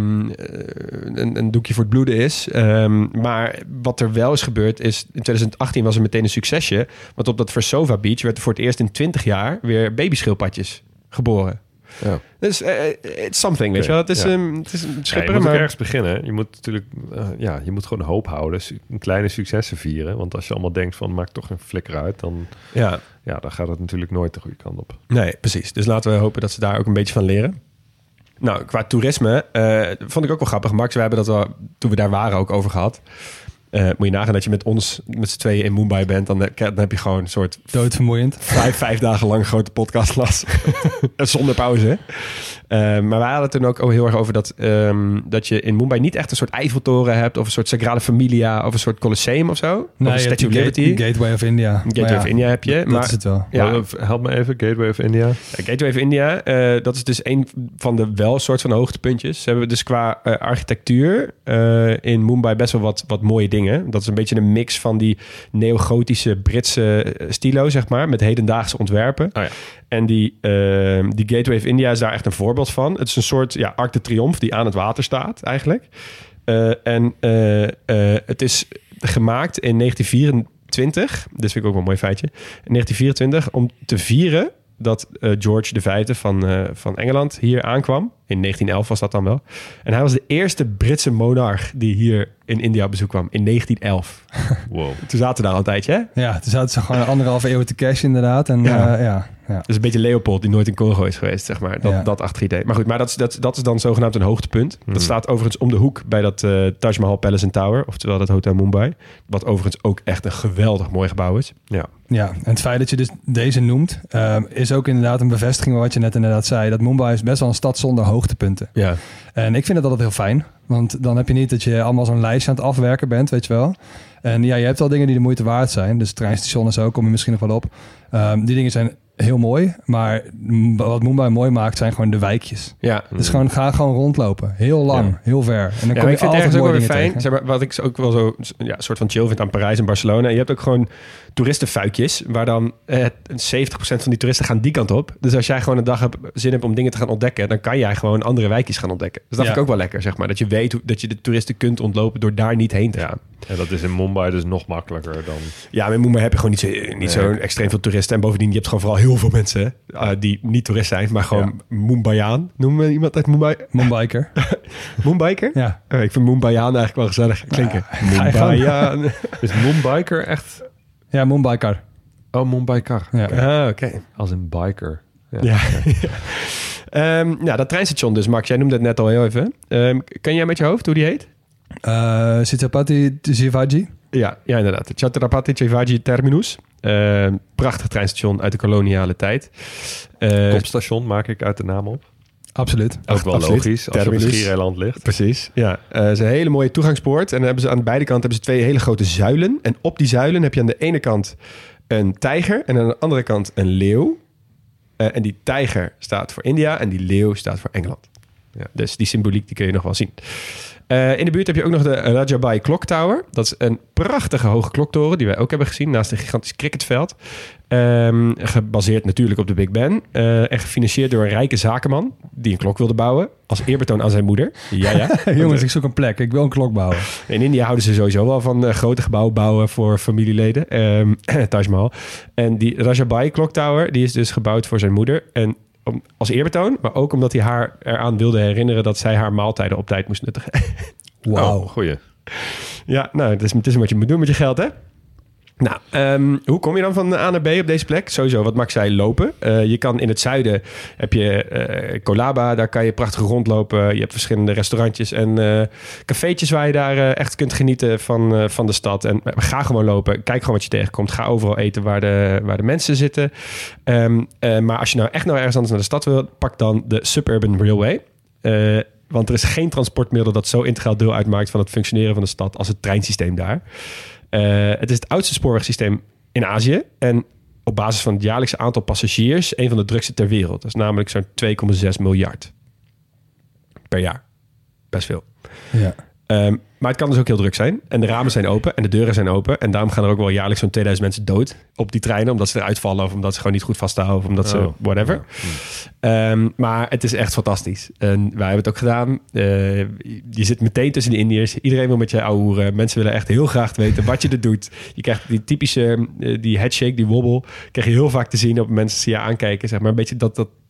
S1: een doekje voor het bloeden is. Maar wat er wel is gebeurd is, in 2018 was er meteen een succesje. Want op dat Versova Beach werd er voor het eerst in 20 jaar weer babyschildpadjes geboren. Ja. Dus it's something, weet je wel. Het is een schipper.
S8: Je moet ook ergens beginnen. Je moet natuurlijk, je moet gewoon hoop houden. Een kleine successen vieren. Want als je allemaal denkt van, maak toch een flikker uit, dan gaat het natuurlijk nooit de goede kant op. Nee, precies. Dus laten we hopen dat ze daar ook een beetje van leren. Nou, qua toerisme vond ik ook wel grappig. Max, we hebben dat toen we daar waren ook over gehad. Moet je nagaan dat je met ons, met z'n tweeën in Mumbai bent. Dan heb je gewoon een soort
S7: doodvermoeiend
S1: 5 dagen lang grote podcast last. Zonder pauze. Maar wij hadden het toen ook heel erg over dat je in Mumbai niet echt een soort Eiffeltoren hebt. Of een soort Sagrada Familia. Of een soort Colosseum of zo.
S7: Nee,
S1: of een Statue of Liberty.
S7: Gateway of India.
S1: Gateway of India heb je.
S7: Dat is het wel.
S1: Ja.
S8: Help me even, Gateway of India.
S1: Gateway of India, dat is dus een van de wel soort van hoogtepuntjes. Ze hebben dus qua architectuur in Mumbai best wel wat mooie dingen. Dat is een beetje een mix van die neogotische Britse stilo, zeg maar, met hedendaagse ontwerpen. Oh ja. En die Gateway of India is daar echt een voorbeeld van. Het is een soort Arc de Triomphe die aan het water staat, eigenlijk. Het is gemaakt in 1924. Dit vind ik ook wel een mooi feitje. In 1924 om te vieren dat George V van Engeland hier aankwam. In 1911 was dat dan wel. En hij was de eerste Britse monarch die hier in India op bezoek kwam in 1911.
S8: Wow.
S1: Toen zaten we daar al een tijdje, hè?
S7: Ja, toen zaten ze gewoon 1,5 eeuw te cashen inderdaad. En
S1: Ja.
S7: ja.
S1: Dus een beetje Leopold die nooit in Congo is geweest, zeg maar. Dat achter idee. Maar goed, maar dat is dan zogenaamd een hoogtepunt. Dat staat overigens om de hoek bij dat Taj Mahal Palace and Tower. Oftewel dat Hotel Mumbai. Wat overigens ook echt een geweldig mooi gebouw is.
S7: Ja, en het feit dat je dus deze noemt, is ook inderdaad een bevestiging van wat je net inderdaad zei. Dat Mumbai is best wel een stad zonder hoogtepunten.
S1: Ja.
S7: En ik vind het altijd heel fijn. Want dan heb je niet dat je allemaal zo'n lijstje aan het afwerken bent, weet je wel. En ja, je hebt wel dingen die de moeite waard zijn. Dus het treinstation en zo kom je misschien nog wel op. Die dingen zijn heel mooi. Maar wat Mumbai mooi maakt, zijn gewoon de wijkjes.
S1: Ja.
S7: Dus ga gewoon rondlopen. Heel lang, heel ver. En dan kom
S1: Maar
S7: je
S1: ik vind het
S7: altijd
S1: ergens ook wel
S7: mooie
S1: weer
S7: dingen
S1: fijn.
S7: tegen.
S1: Zeg maar, wat ik ook wel zo soort van chill vind aan Parijs en Barcelona. Je hebt ook gewoon toeristenfuikjes. Waar dan 70% van die toeristen gaan die kant op. Dus als jij gewoon een dag zin hebt om dingen te gaan ontdekken. Dan kan jij gewoon andere wijkjes gaan ontdekken. Dus dat vind ik ook wel lekker, zeg maar. Dat je weet dat je de toeristen kunt ontlopen door daar niet heen te gaan.
S8: En dat is in Mumbai dus nog makkelijker dan...
S1: Ja, maar in Mumbai heb je gewoon niet zo extreem veel toeristen. En bovendien, je hebt gewoon vooral heel veel mensen die niet toerist zijn, maar gewoon Mumbaiaan. Noemen we iemand uit Mumbai?
S7: Mumbaiker.
S1: Mumbaiker?
S7: Ja.
S1: Ik vind Mumbaiaan eigenlijk wel gezellig klinken.
S7: Mumbaiaan.
S8: Is Mumbaiker echt...
S7: Ja, Mumbaikar.
S8: Oh, Mumbaikar.
S7: Ja.
S1: Oké.
S8: Als een biker.
S1: Ja. Dat treinstation dus, Max. Jij noemde het net al heel even. Kan jij met je hoofd hoe die heet?
S7: Chhatrapati Shivaji.
S1: Ja, inderdaad. Chhatrapati Shivaji Terminus. Prachtig treinstation uit de koloniale tijd.
S8: Kopstation maak ik uit de naam op.
S7: Absoluut.
S8: Ook wel
S1: absoluut.
S8: logisch, als je op een schiereiland ligt.
S1: Precies, ja. Het is een hele mooie toegangspoort. En dan hebben ze aan beide kanten hebben ze 2 hele grote zuilen. En op die zuilen heb je aan de ene kant een tijger en aan de andere kant een leeuw. En die tijger staat voor India en die leeuw staat voor Engeland. Ja, dus die symboliek die kun je nog wel zien. In de buurt heb je ook nog de Rajabai Clock Tower. Dat is een prachtige hoge kloktoren die wij ook hebben gezien naast een gigantisch cricketveld. Gebaseerd natuurlijk op de Big Ben. En gefinancierd door een rijke zakenman die een klok wilde bouwen als eerbetoon aan zijn moeder. Ja.
S7: Jongens, ik zoek een plek. Ik wil een klok bouwen.
S1: In India houden ze sowieso wel van grote gebouwen bouwen voor familieleden. Taj Mahal. En die Rajabai Clock Tower die is dus gebouwd voor zijn moeder. En als eerbetoon, maar ook omdat hij haar eraan wilde herinneren dat zij haar maaltijden op tijd moest nuttigen.
S7: Wauw.
S8: Oh, goeie.
S1: Ja, nou, het is wat je moet doen met je geld, hè? Nou, hoe kom je dan van A naar B op deze plek? Sowieso, wat Max zei, lopen. Je kan in het zuiden, heb je Colaba, daar kan je prachtig rondlopen. Je hebt verschillende restaurantjes en cafeetjes waar je daar echt kunt genieten van de stad. En ga gewoon lopen, kijk gewoon wat je tegenkomt. Ga overal eten waar de mensen zitten. Maar als je nou echt ergens anders naar de stad wil, pak dan de Suburban Railway. Want er is geen transportmiddel dat zo integraal deel uitmaakt van het functioneren van de stad als het treinsysteem daar. Het is het oudste spoorwegsysteem in Azië. En op basis van het jaarlijkse aantal passagiers een van de drukste ter wereld. Dat is namelijk zo'n 2,6 miljard per jaar. Best veel.
S7: Ja.
S1: Maar het kan dus ook heel druk zijn. En de ramen zijn open en de deuren zijn open. En daarom gaan er ook wel jaarlijks zo'n 2000 mensen dood op die treinen. Omdat ze eruit vallen of omdat ze gewoon niet goed vasthouden. Of omdat ze whatever. Ja. Maar het is echt fantastisch. En wij hebben het ook gedaan. Je zit meteen tussen de Indiërs. Iedereen wil met je ouwehoeren. Mensen willen echt heel graag weten wat je er doet. Je krijgt die typische die headshake, die wobbel. Krijg je heel vaak te zien op mensen die je aankijken. Zeg maar een beetje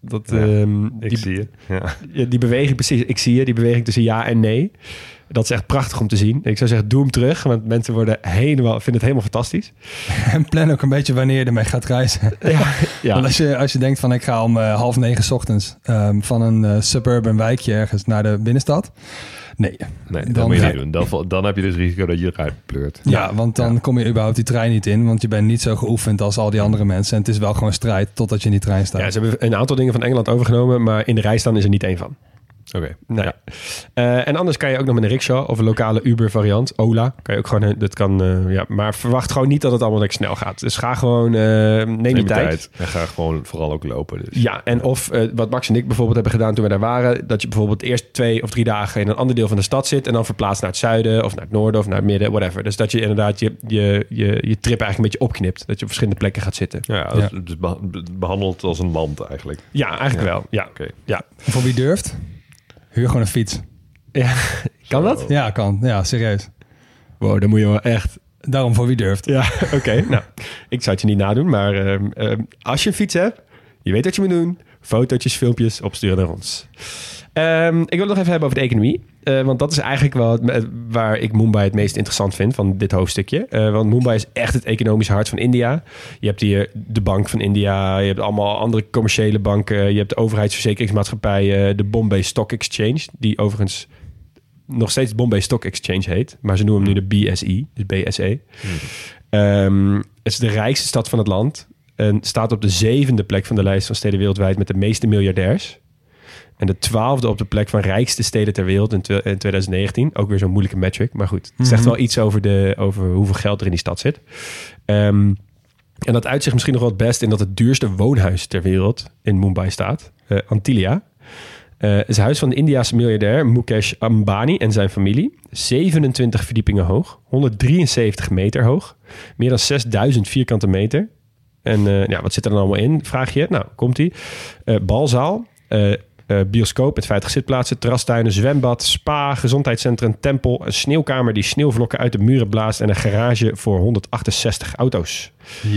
S8: ik zie je. Ja.
S1: Die beweging, precies. Ik zie je. Die beweging tussen ja en nee. Dat is echt prachtig om te zien. Ik zou zeggen, doe hem terug. Want mensen vinden het helemaal fantastisch.
S7: En plan ook een beetje wanneer je ermee gaat reizen.
S1: Ja.
S7: Want als je denkt van ik ga om 8:30 's ochtends van een suburban wijkje ergens naar de binnenstad. Nee,
S8: dat moet je niet doen. Dan heb je dus risico dat je eruit pleurt.
S7: Ja, want dan kom je überhaupt die trein niet in. Want je bent niet zo geoefend als al die andere mensen. En het is wel gewoon strijd totdat je in die trein staat.
S1: Ja, ze hebben een aantal dingen van Engeland overgenomen. Maar in de rij staan is er niet één van.
S8: Oké.
S1: Nou ja. En anders kan je ook nog met een rickshaw of een lokale Uber variant. Ola. Kan je ook gewoon, dat kan, maar verwacht gewoon niet dat het allemaal lekker snel gaat. Dus ga gewoon, neem je tijd.
S8: En ga gewoon vooral ook lopen. Dus.
S1: Ja, en of wat Max en ik bijvoorbeeld hebben gedaan toen we daar waren. Dat je bijvoorbeeld eerst 2 of 3 dagen in een ander deel van de stad zit. En dan verplaatst naar het zuiden of naar het noorden of naar het midden. Whatever. Dus dat je inderdaad je trip eigenlijk een beetje opknipt. Dat je op verschillende plekken gaat zitten.
S8: Ja, dus behandeld als een land eigenlijk.
S1: Ja, eigenlijk wel. Ja.
S8: Okay.
S1: Ja.
S7: Voor wie durft? Huur gewoon een fiets.
S1: Ja, kan dat?
S7: Ja, kan. Ja, serieus.
S1: Wow, dan moet je wel echt...
S7: Daarom voor wie durft.
S1: Ja, oké. Nou, ik zou het je niet nadoen, maar als je een fiets hebt, je weet wat je moet doen, Fotootjes, filmpjes opsturen naar ons. Ik wil het nog even hebben over de economie. Want dat is eigenlijk wel waar ik Mumbai het meest interessant vind van dit hoofdstukje. Want Mumbai is echt het economische hart van India. Je hebt hier de Bank van India. Je hebt allemaal andere commerciële banken. Je hebt de overheidsverzekeringsmaatschappijen. De Bombay Stock Exchange. Die overigens nog steeds Bombay Stock Exchange heet. Maar ze noemen hem nu de BSE. Dus BSE. Het is de rijkste stad van het land. En staat op de 7e plek van de lijst van steden wereldwijd met de meeste miljardairs. En de 12e op de plek van rijkste steden ter wereld in 2019. Ook weer zo'n moeilijke metric. Maar goed, het zegt wel iets over hoeveel geld er in die stad zit. En dat uitzicht misschien nog wel het best in dat het duurste woonhuis ter wereld in Mumbai staat. Antilia. Het is het huis van de Indiase miljardair Mukesh Ambani en zijn familie. 27 verdiepingen hoog. 173 meter hoog. Meer dan 6000 vierkante meter. En wat zit er dan allemaal in? Vraag je. Nou, komt-ie. Balzaal. Bioscoop met 50 zitplaatsen, terrastuinen, zwembad, spa, gezondheidscentrum, tempel, een sneeuwkamer die sneeuwvlokken uit de muren blaast en een garage voor 168 auto's.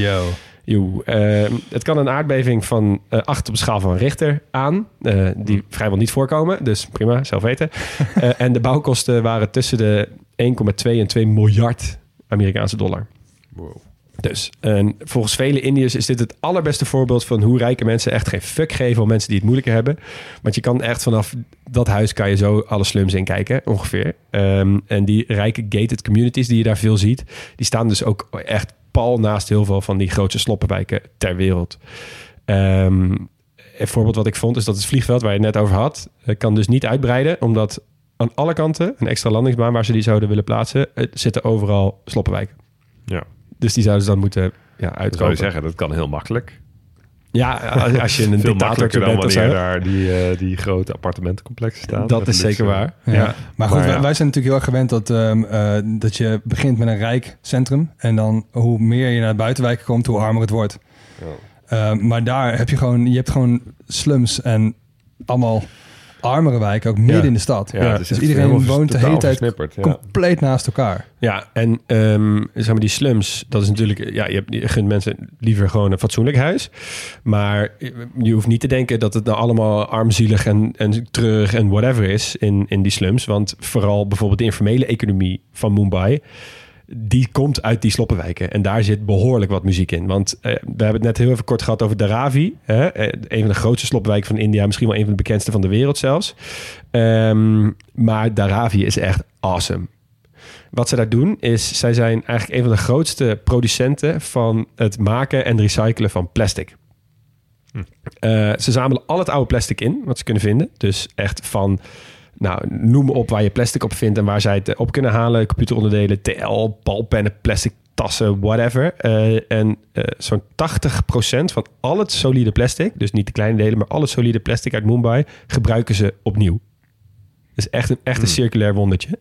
S1: Het kan een aardbeving van 8 op de schaal van Richter aan, die vrijwel niet voorkomen, dus prima, zelf weten. En de bouwkosten waren tussen de 1,2 en 2 miljard Amerikaanse dollar.
S8: Wow.
S1: Dus volgens vele Indiërs is dit het allerbeste voorbeeld van hoe rijke mensen echt geen fuck geven om mensen die het moeilijker hebben. Want je kan echt vanaf dat huis kan je zo alle slums in kijken, ongeveer. En die rijke gated communities die je daar veel ziet, die staan dus ook echt pal naast heel veel van die grootste sloppenwijken ter wereld. Een voorbeeld wat ik vond is dat het vliegveld waar je het net over had, kan dus niet uitbreiden, omdat aan alle kanten een extra landingsbaan waar ze die zouden willen plaatsen, zitten overal sloppenwijken.
S8: Ja.
S1: Dus die zouden ze dan moeten uitkopen.
S8: Zou je zeggen, dat kan heel makkelijk.
S1: Ja, als je een dictator bent
S8: dan
S1: of zo.
S8: wanneer daar die grote appartementencomplexen staan.
S1: Dat is zeker waar. Ja.
S7: Maar goed, wij zijn natuurlijk heel erg gewend dat je begint met een rijk centrum. En dan hoe meer je naar de buitenwijken komt, hoe armer het wordt. Ja. Maar daar heb je hebt gewoon slums en allemaal armere wijken, ook midden in de stad.
S8: Ja,
S7: dus iedereen woont de hele tijd compleet naast elkaar.
S1: Ja, en zeg maar die slums, dat is natuurlijk... Ja, je gunt mensen liever gewoon een fatsoenlijk huis. Maar je hoeft niet te denken dat het nou allemaal armzielig en treurig en whatever is in die slums. Want vooral bijvoorbeeld de informele economie van Mumbai, die komt uit die sloppenwijken. En daar zit behoorlijk wat muziek in. Want we hebben het net heel even kort gehad over Dharavi. Een van de grootste sloppenwijken van India. Misschien wel een van de bekendste van de wereld zelfs. Maar Dharavi is echt awesome. Wat ze daar doen is, zij zijn eigenlijk een van de grootste producenten van het maken en recyclen van plastic. Ze zamelen al het oude plastic in, wat ze kunnen vinden. Dus echt van... Nou, noem op waar je plastic op vindt en waar zij het op kunnen halen. Computeronderdelen, TL, balpennen, plastic tassen, whatever. Zo'n 80% van al het solide plastic, dus niet de kleine delen, maar al het solide plastic uit Mumbai, gebruiken ze opnieuw. Dus echt een circulair wondertje.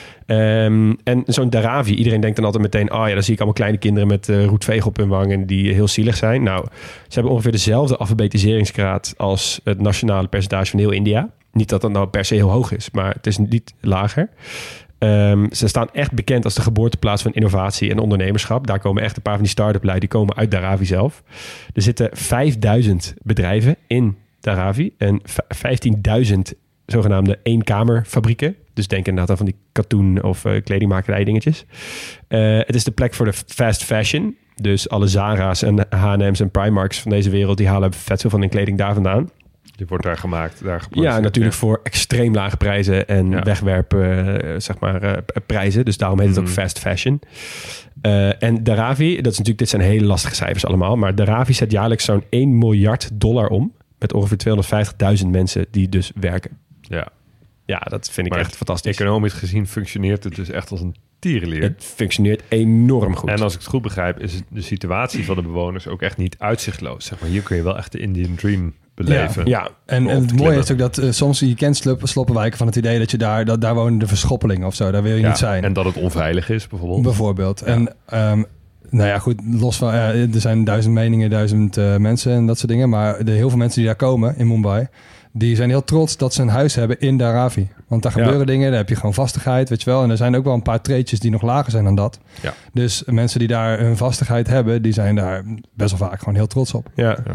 S1: En zo'n Dharavi, iedereen denkt dan altijd meteen, dan zie ik allemaal kleine kinderen met roetveeg op hun wang en die heel zielig zijn. Nou, ze hebben ongeveer dezelfde alfabetiseringsgraad als het nationale percentage van heel India. Niet dat dat nou per se heel hoog is, maar het is niet lager. Ze staan echt bekend als de geboorteplaats van innovatie en ondernemerschap. Daar komen echt een paar van die start-up lui, die komen uit Dharavi zelf. Er zitten 5000 bedrijven in Dharavi en 15.000 zogenaamde eenkamerfabrieken. Dus denk inderdaad aan van die katoen- of kledingmakerij dingetjes. Het is de plek voor de fast fashion. Dus alle Zara's en H&M's en Primarks van deze wereld, die halen vet veel van hun kleding daar vandaan.
S8: Die wordt daar gemaakt, daar geproduceerd.
S1: Ja, natuurlijk voor extreem lage prijzen en wegwerpen, prijzen. Dus daarom heet het ook fast fashion. En Dharavi, dat is natuurlijk, dit zijn hele lastige cijfers allemaal, maar Dharavi zet jaarlijks zo'n $1 miljard om met ongeveer 250.000 mensen die dus werken. Ja, dat vind ik echt fantastisch.
S8: Economisch gezien functioneert het dus echt als een tierenleer.
S1: Het functioneert enorm goed.
S8: En als ik het goed begrijp, is de situatie van de bewoners ook echt niet uitzichtloos. Zeg maar, hier kun je wel echt de Indian Dream beleven.
S1: Ja.
S7: En het mooie is ook dat soms je kent sloppenwijken van het idee dat je daar wonen de verschoppelingen of zo. Daar wil je niet zijn.
S8: En dat het onveilig is bijvoorbeeld.
S7: Ja. En nou ja, goed, los van... er zijn 1000 meningen, 1000 mensen en dat soort dingen. Maar heel veel mensen die daar komen in Mumbai, die zijn heel trots dat ze een huis hebben in Dharavi. Want daar gebeuren dingen, daar heb je gewoon vastigheid, weet je wel. En er zijn ook wel een paar treetjes die nog lager zijn dan dat. Ja. Dus mensen die daar hun vastigheid hebben, die zijn daar best wel vaak gewoon heel trots op.
S1: Ja.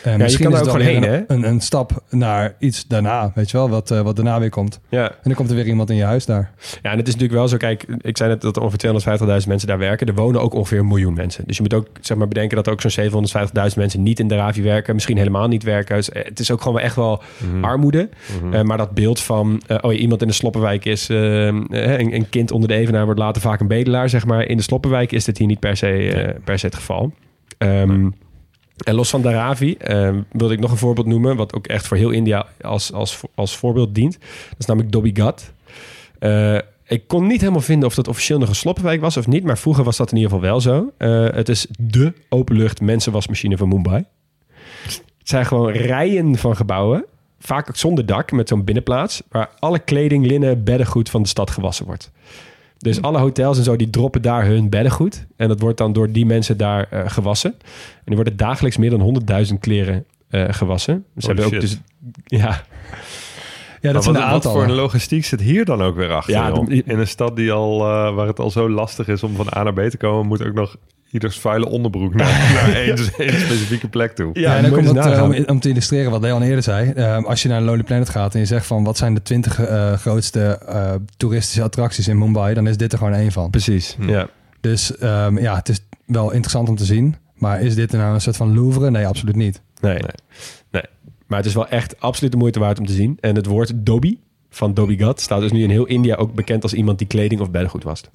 S7: En
S1: je
S7: misschien
S1: kan
S7: is
S1: er
S7: het
S1: ook
S7: dan
S1: gewoon
S7: weer
S1: heen,
S7: een stap naar iets daarna, weet je wel, wat daarna weer komt.
S1: Ja.
S7: En dan komt er weer iemand in je huis daar.
S1: Ja, en het is natuurlijk wel zo, kijk, ik zei net dat er ongeveer 250.000 mensen daar werken. Er wonen ook ongeveer 1 miljoen mensen. Dus je moet ook zeg maar bedenken dat er ook zo'n 750.000 mensen niet in de Ravi werken. Misschien helemaal niet werken. Dus het is ook gewoon echt wel armoede. Maar dat beeld van, iemand in de Sloppenwijk is een kind onder de evenaar wordt later vaak een bedelaar, zeg maar. In de Sloppenwijk is dit hier niet per se het geval. En los van Dharavi wilde ik nog een voorbeeld noemen, wat ook echt voor heel India als voorbeeld dient. Dat is namelijk Dobby Ghat. Ik kon niet helemaal vinden of dat officieel nog een sloppenwijk was of niet, maar vroeger was dat in ieder geval wel zo. Het is de openlucht mensenwasmachine van Mumbai. Het zijn gewoon rijen van gebouwen, vaak ook zonder dak, met zo'n binnenplaats, waar alle kleding, linnen, beddengoed van de stad gewassen wordt. Dus alle hotels en zo, die droppen daar hun beddengoed. En dat wordt dan door die mensen daar gewassen. En die worden dagelijks meer dan 100.000 kleren gewassen. Ze hebben ook dus... Ja,
S7: Dat zijn de
S8: wat
S7: aantallen.
S8: voor een logistiek zit hier dan ook weer achter?
S1: Ja,
S8: joh? In een stad die waar het al zo lastig is om van A naar B te komen, moet ook nog ieders vuile onderbroek naar één specifieke plek toe.
S7: Ja, en dan komt het om te illustreren wat Leon eerder zei. Als je naar Lonely Planet gaat en je zegt van wat zijn de 20 grootste toeristische attracties in Mumbai, dan is dit er gewoon 1 van.
S1: Precies, ja.
S7: Dus het is wel interessant om te zien. Maar is dit nou een soort van Louvre? Nee, absoluut niet.
S1: Nee. Maar het is wel echt absoluut de moeite waard om te zien. En het woord Dobby van Dobby Ghat staat dus nu in heel India ook bekend als iemand die kleding of beddengoed wast.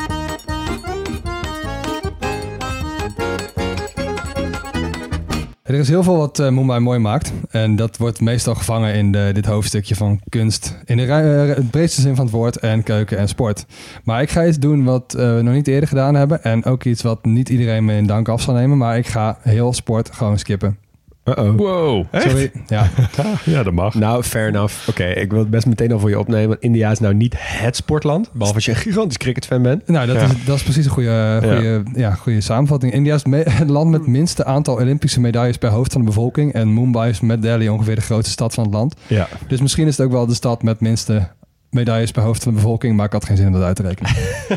S7: Er is heel veel wat Mumbai mooi maakt. En dat wordt meestal gevangen in dit hoofdstukje van kunst. In het breedste zin van het woord en keuken en sport. Maar ik ga iets doen wat we nog niet eerder gedaan hebben. En ook iets wat niet iedereen me in dank af zal nemen. Maar ik ga heel sport gewoon skippen.
S8: Wow.
S7: Sorry. Ja.
S8: Ja, dat mag.
S1: Nou, fair enough. Oké, ik wil het best meteen al voor je opnemen. India is nou niet het sportland. Behalve als je een gigantisch cricketfan bent.
S7: Nou, dat is precies een goede samenvatting. India is het land met het minste aantal Olympische medailles per hoofd van de bevolking. En Mumbai is met Delhi ongeveer de grootste stad van het land.
S1: Ja.
S7: Dus misschien is het ook wel de stad met minste medailles per hoofd van de bevolking, maar ik had geen zin om dat uit te rekenen.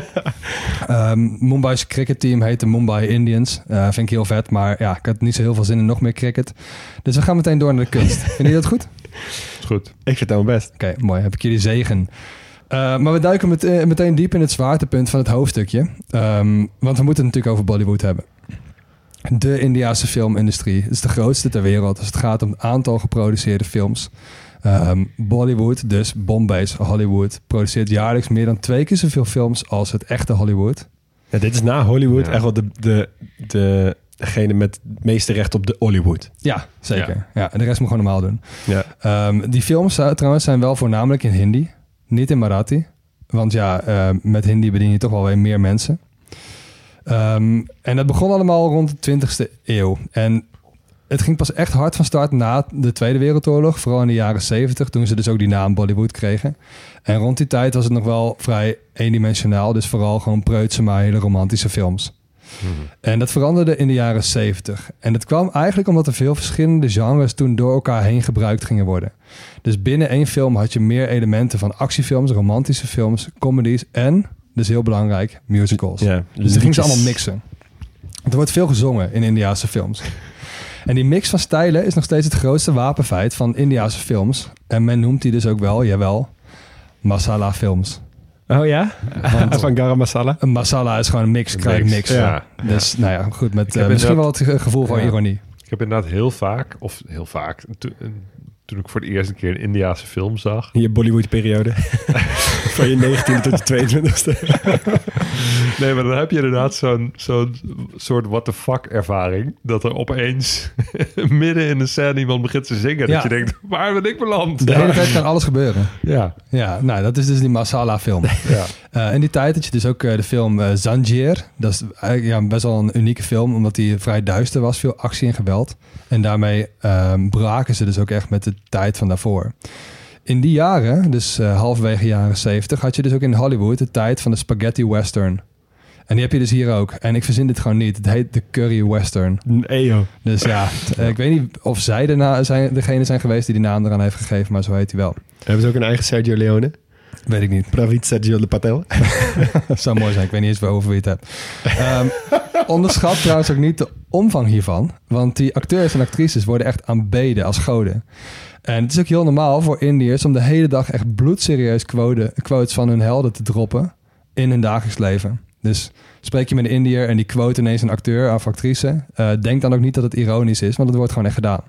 S7: Mumbai's cricketteam heet de Mumbai Indians. Vind ik heel vet, maar ja, ik had niet zo heel veel zin in nog meer cricket. Dus we gaan meteen door naar de kunst. Vind je dat goed?
S8: Is goed.
S1: Ik vind het helemaal best.
S7: Oké, mooi. Heb ik jullie zegen. Maar we duiken meteen diep in het zwaartepunt van het hoofdstukje. Want we moeten het natuurlijk over Bollywood hebben. De Indiase filmindustrie is de grootste ter wereld als het gaat om het aantal geproduceerde films. Bollywood, dus Bombay's Hollywood, produceert jaarlijks meer dan 2 keer zoveel films als het echte Hollywood.
S1: Ja, dit is na Hollywood echt wel degene met het meeste recht op de Hollywood.
S7: Ja, zeker. Ja, en de rest moet gewoon normaal doen.
S1: Ja.
S7: Die films trouwens zijn wel voornamelijk in Hindi, niet in Marathi. Want met Hindi bedien je toch wel weer meer mensen. En dat begon allemaal rond de 20e eeuw. En het ging pas echt hard van start na de Tweede Wereldoorlog. Vooral in de jaren 70, toen ze dus ook die naam Bollywood kregen. En rond die tijd was het nog wel vrij eendimensionaal. Dus vooral gewoon preutse, maar hele romantische films. Mm-hmm. En dat veranderde in de jaren 70. En dat kwam eigenlijk omdat er veel verschillende genres toen door elkaar heen gebruikt gingen worden. Dus binnen 1 film had je meer elementen van actiefilms, romantische films, comedies en, dus heel belangrijk, musicals.
S1: Ja,
S7: dus die gingen ze allemaal mixen. Er wordt veel gezongen in Indiase films. En die mix van stijlen is nog steeds het grootste wapenfeit van Indiase films. En men noemt die dus ook wel, masala films.
S1: Oh ja? Van garam masala?
S7: Een masala is gewoon een mix, krijg mix.
S8: Ja.
S7: Dus nou ja, goed, met misschien wel het gevoel van ironie.
S8: Ik heb inderdaad heel vaak, toen ik voor de eerste keer een Indiase film zag.
S1: In je Bollywood-periode. Van je 19e tot je 22e.
S8: Nee, maar dan heb je inderdaad zo'n soort what the fuck ervaring. Dat er opeens midden in de scène iemand begint te zingen.
S7: Ja.
S8: Dat je denkt, waar ben ik beland?
S7: De hele tijd kan alles gebeuren.
S8: Ja.
S7: Ja, nou, dat is dus die masala film.
S8: Ja.
S7: In die tijd had je dus ook de film Zanjeer. Dat is eigenlijk best wel een unieke film, omdat die vrij duister was. Veel actie en geweld. En daarmee braken ze dus ook echt met de tijd van daarvoor. In die jaren, dus halverwege jaren 70, had je dus ook in Hollywood de tijd van de spaghetti western. En die heb je dus hier ook. En ik verzin dit gewoon niet. Het heet de curry western.
S1: Nee joh.
S7: Dus ja, ik weet niet of zij degene zijn geweest die naam eraan heeft gegeven, maar zo heet hij wel.
S1: Hebben ze ook een eigen Sergio Leone?
S7: Weet ik niet.
S1: Pravit Sergio de Patel.
S7: Dat zou mooi zijn. Ik weet niet eens over wie je het hebt. Onderschat trouwens ook niet de omvang hiervan. Want die acteurs en actrices worden echt aanbeden als goden. En het is ook heel normaal voor Indiërs om de hele dag echt bloedserieus quotes van hun helden te droppen in hun dagelijks leven. Dus spreek je met een Indiër en die quote ineens een acteur of actrice. Denk dan ook niet dat het ironisch is, want het wordt gewoon echt gedaan.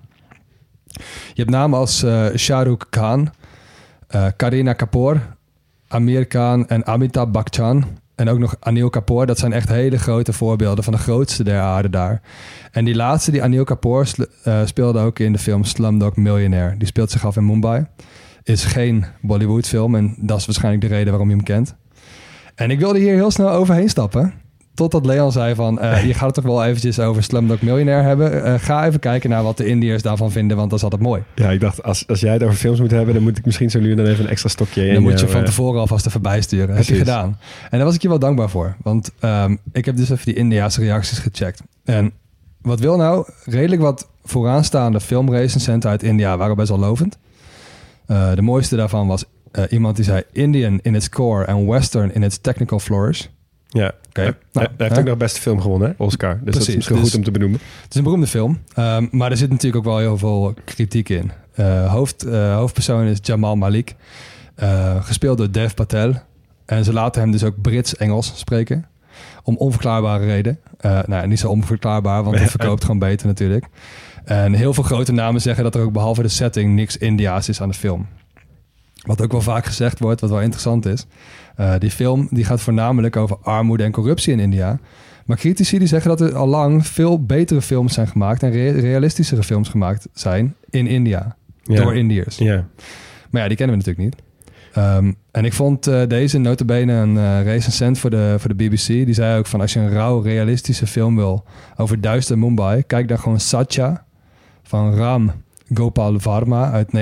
S7: Je hebt namen als Shah Rukh Khan, Kareena Kapoor, Amir Khan en Amitabh Bachchan. En ook nog Anil Kapoor. Dat zijn echt hele grote voorbeelden van de grootste der aarde daar. En die laatste, die Anil Kapoor, speelde ook in de film Slumdog Millionaire. Die speelt zich af in Mumbai. Is geen Bollywood film en dat is waarschijnlijk de reden waarom je hem kent. En ik wilde hier heel snel overheen stappen. Totdat Leon zei van, je gaat het toch wel eventjes over Slumdog Millionaire hebben. Ga even kijken naar wat de Indiërs daarvan vinden, want dat is altijd mooi.
S1: Ja, ik dacht, als jij het over films moet hebben, dan moet ik misschien zo nu en dan even een extra stokje in.
S7: Dan moet je van tevoren alvast er voorbij sturen. Dat heb je gedaan. En daar was ik je wel dankbaar voor. Want ik heb dus even die Indiaanse reacties gecheckt. En wat wil nou? Redelijk wat vooraanstaande filmrecensenten uit India waren best wel lovend. De mooiste daarvan was iemand die zei Indian in its core en Western in its technical flourish.
S1: Ja,
S7: okay.
S1: Hij heeft ook nog beste film gewonnen, hè? Oscar. Dus
S7: precies,
S1: dat is misschien goed om te benoemen.
S7: Het is een beroemde film, maar er zit natuurlijk ook wel heel veel kritiek in. Hoofdpersoon is Jamal Malik, gespeeld door Dev Patel. En ze laten hem dus ook Brits-Engels spreken, om onverklaarbare reden. Niet zo onverklaarbaar, want het verkoopt gewoon beter natuurlijk. En heel veel grote namen zeggen dat er ook behalve de setting niks Indiaas is aan de film. Wat ook wel vaak gezegd wordt, wat wel interessant is. Die film die gaat voornamelijk over armoede en corruptie in India. Maar critici die zeggen dat er al lang veel betere films zijn gemaakt en realistischere films gemaakt zijn in India. Ja. Door Indiërs.
S1: Ja.
S7: Maar ja, die kennen we natuurlijk niet. En ik vond deze notabene een recensent voor de BBC. Die zei ook van als je een rauw realistische film wil over duister Mumbai, kijk dan gewoon Satya van Ram Gopal Varma uit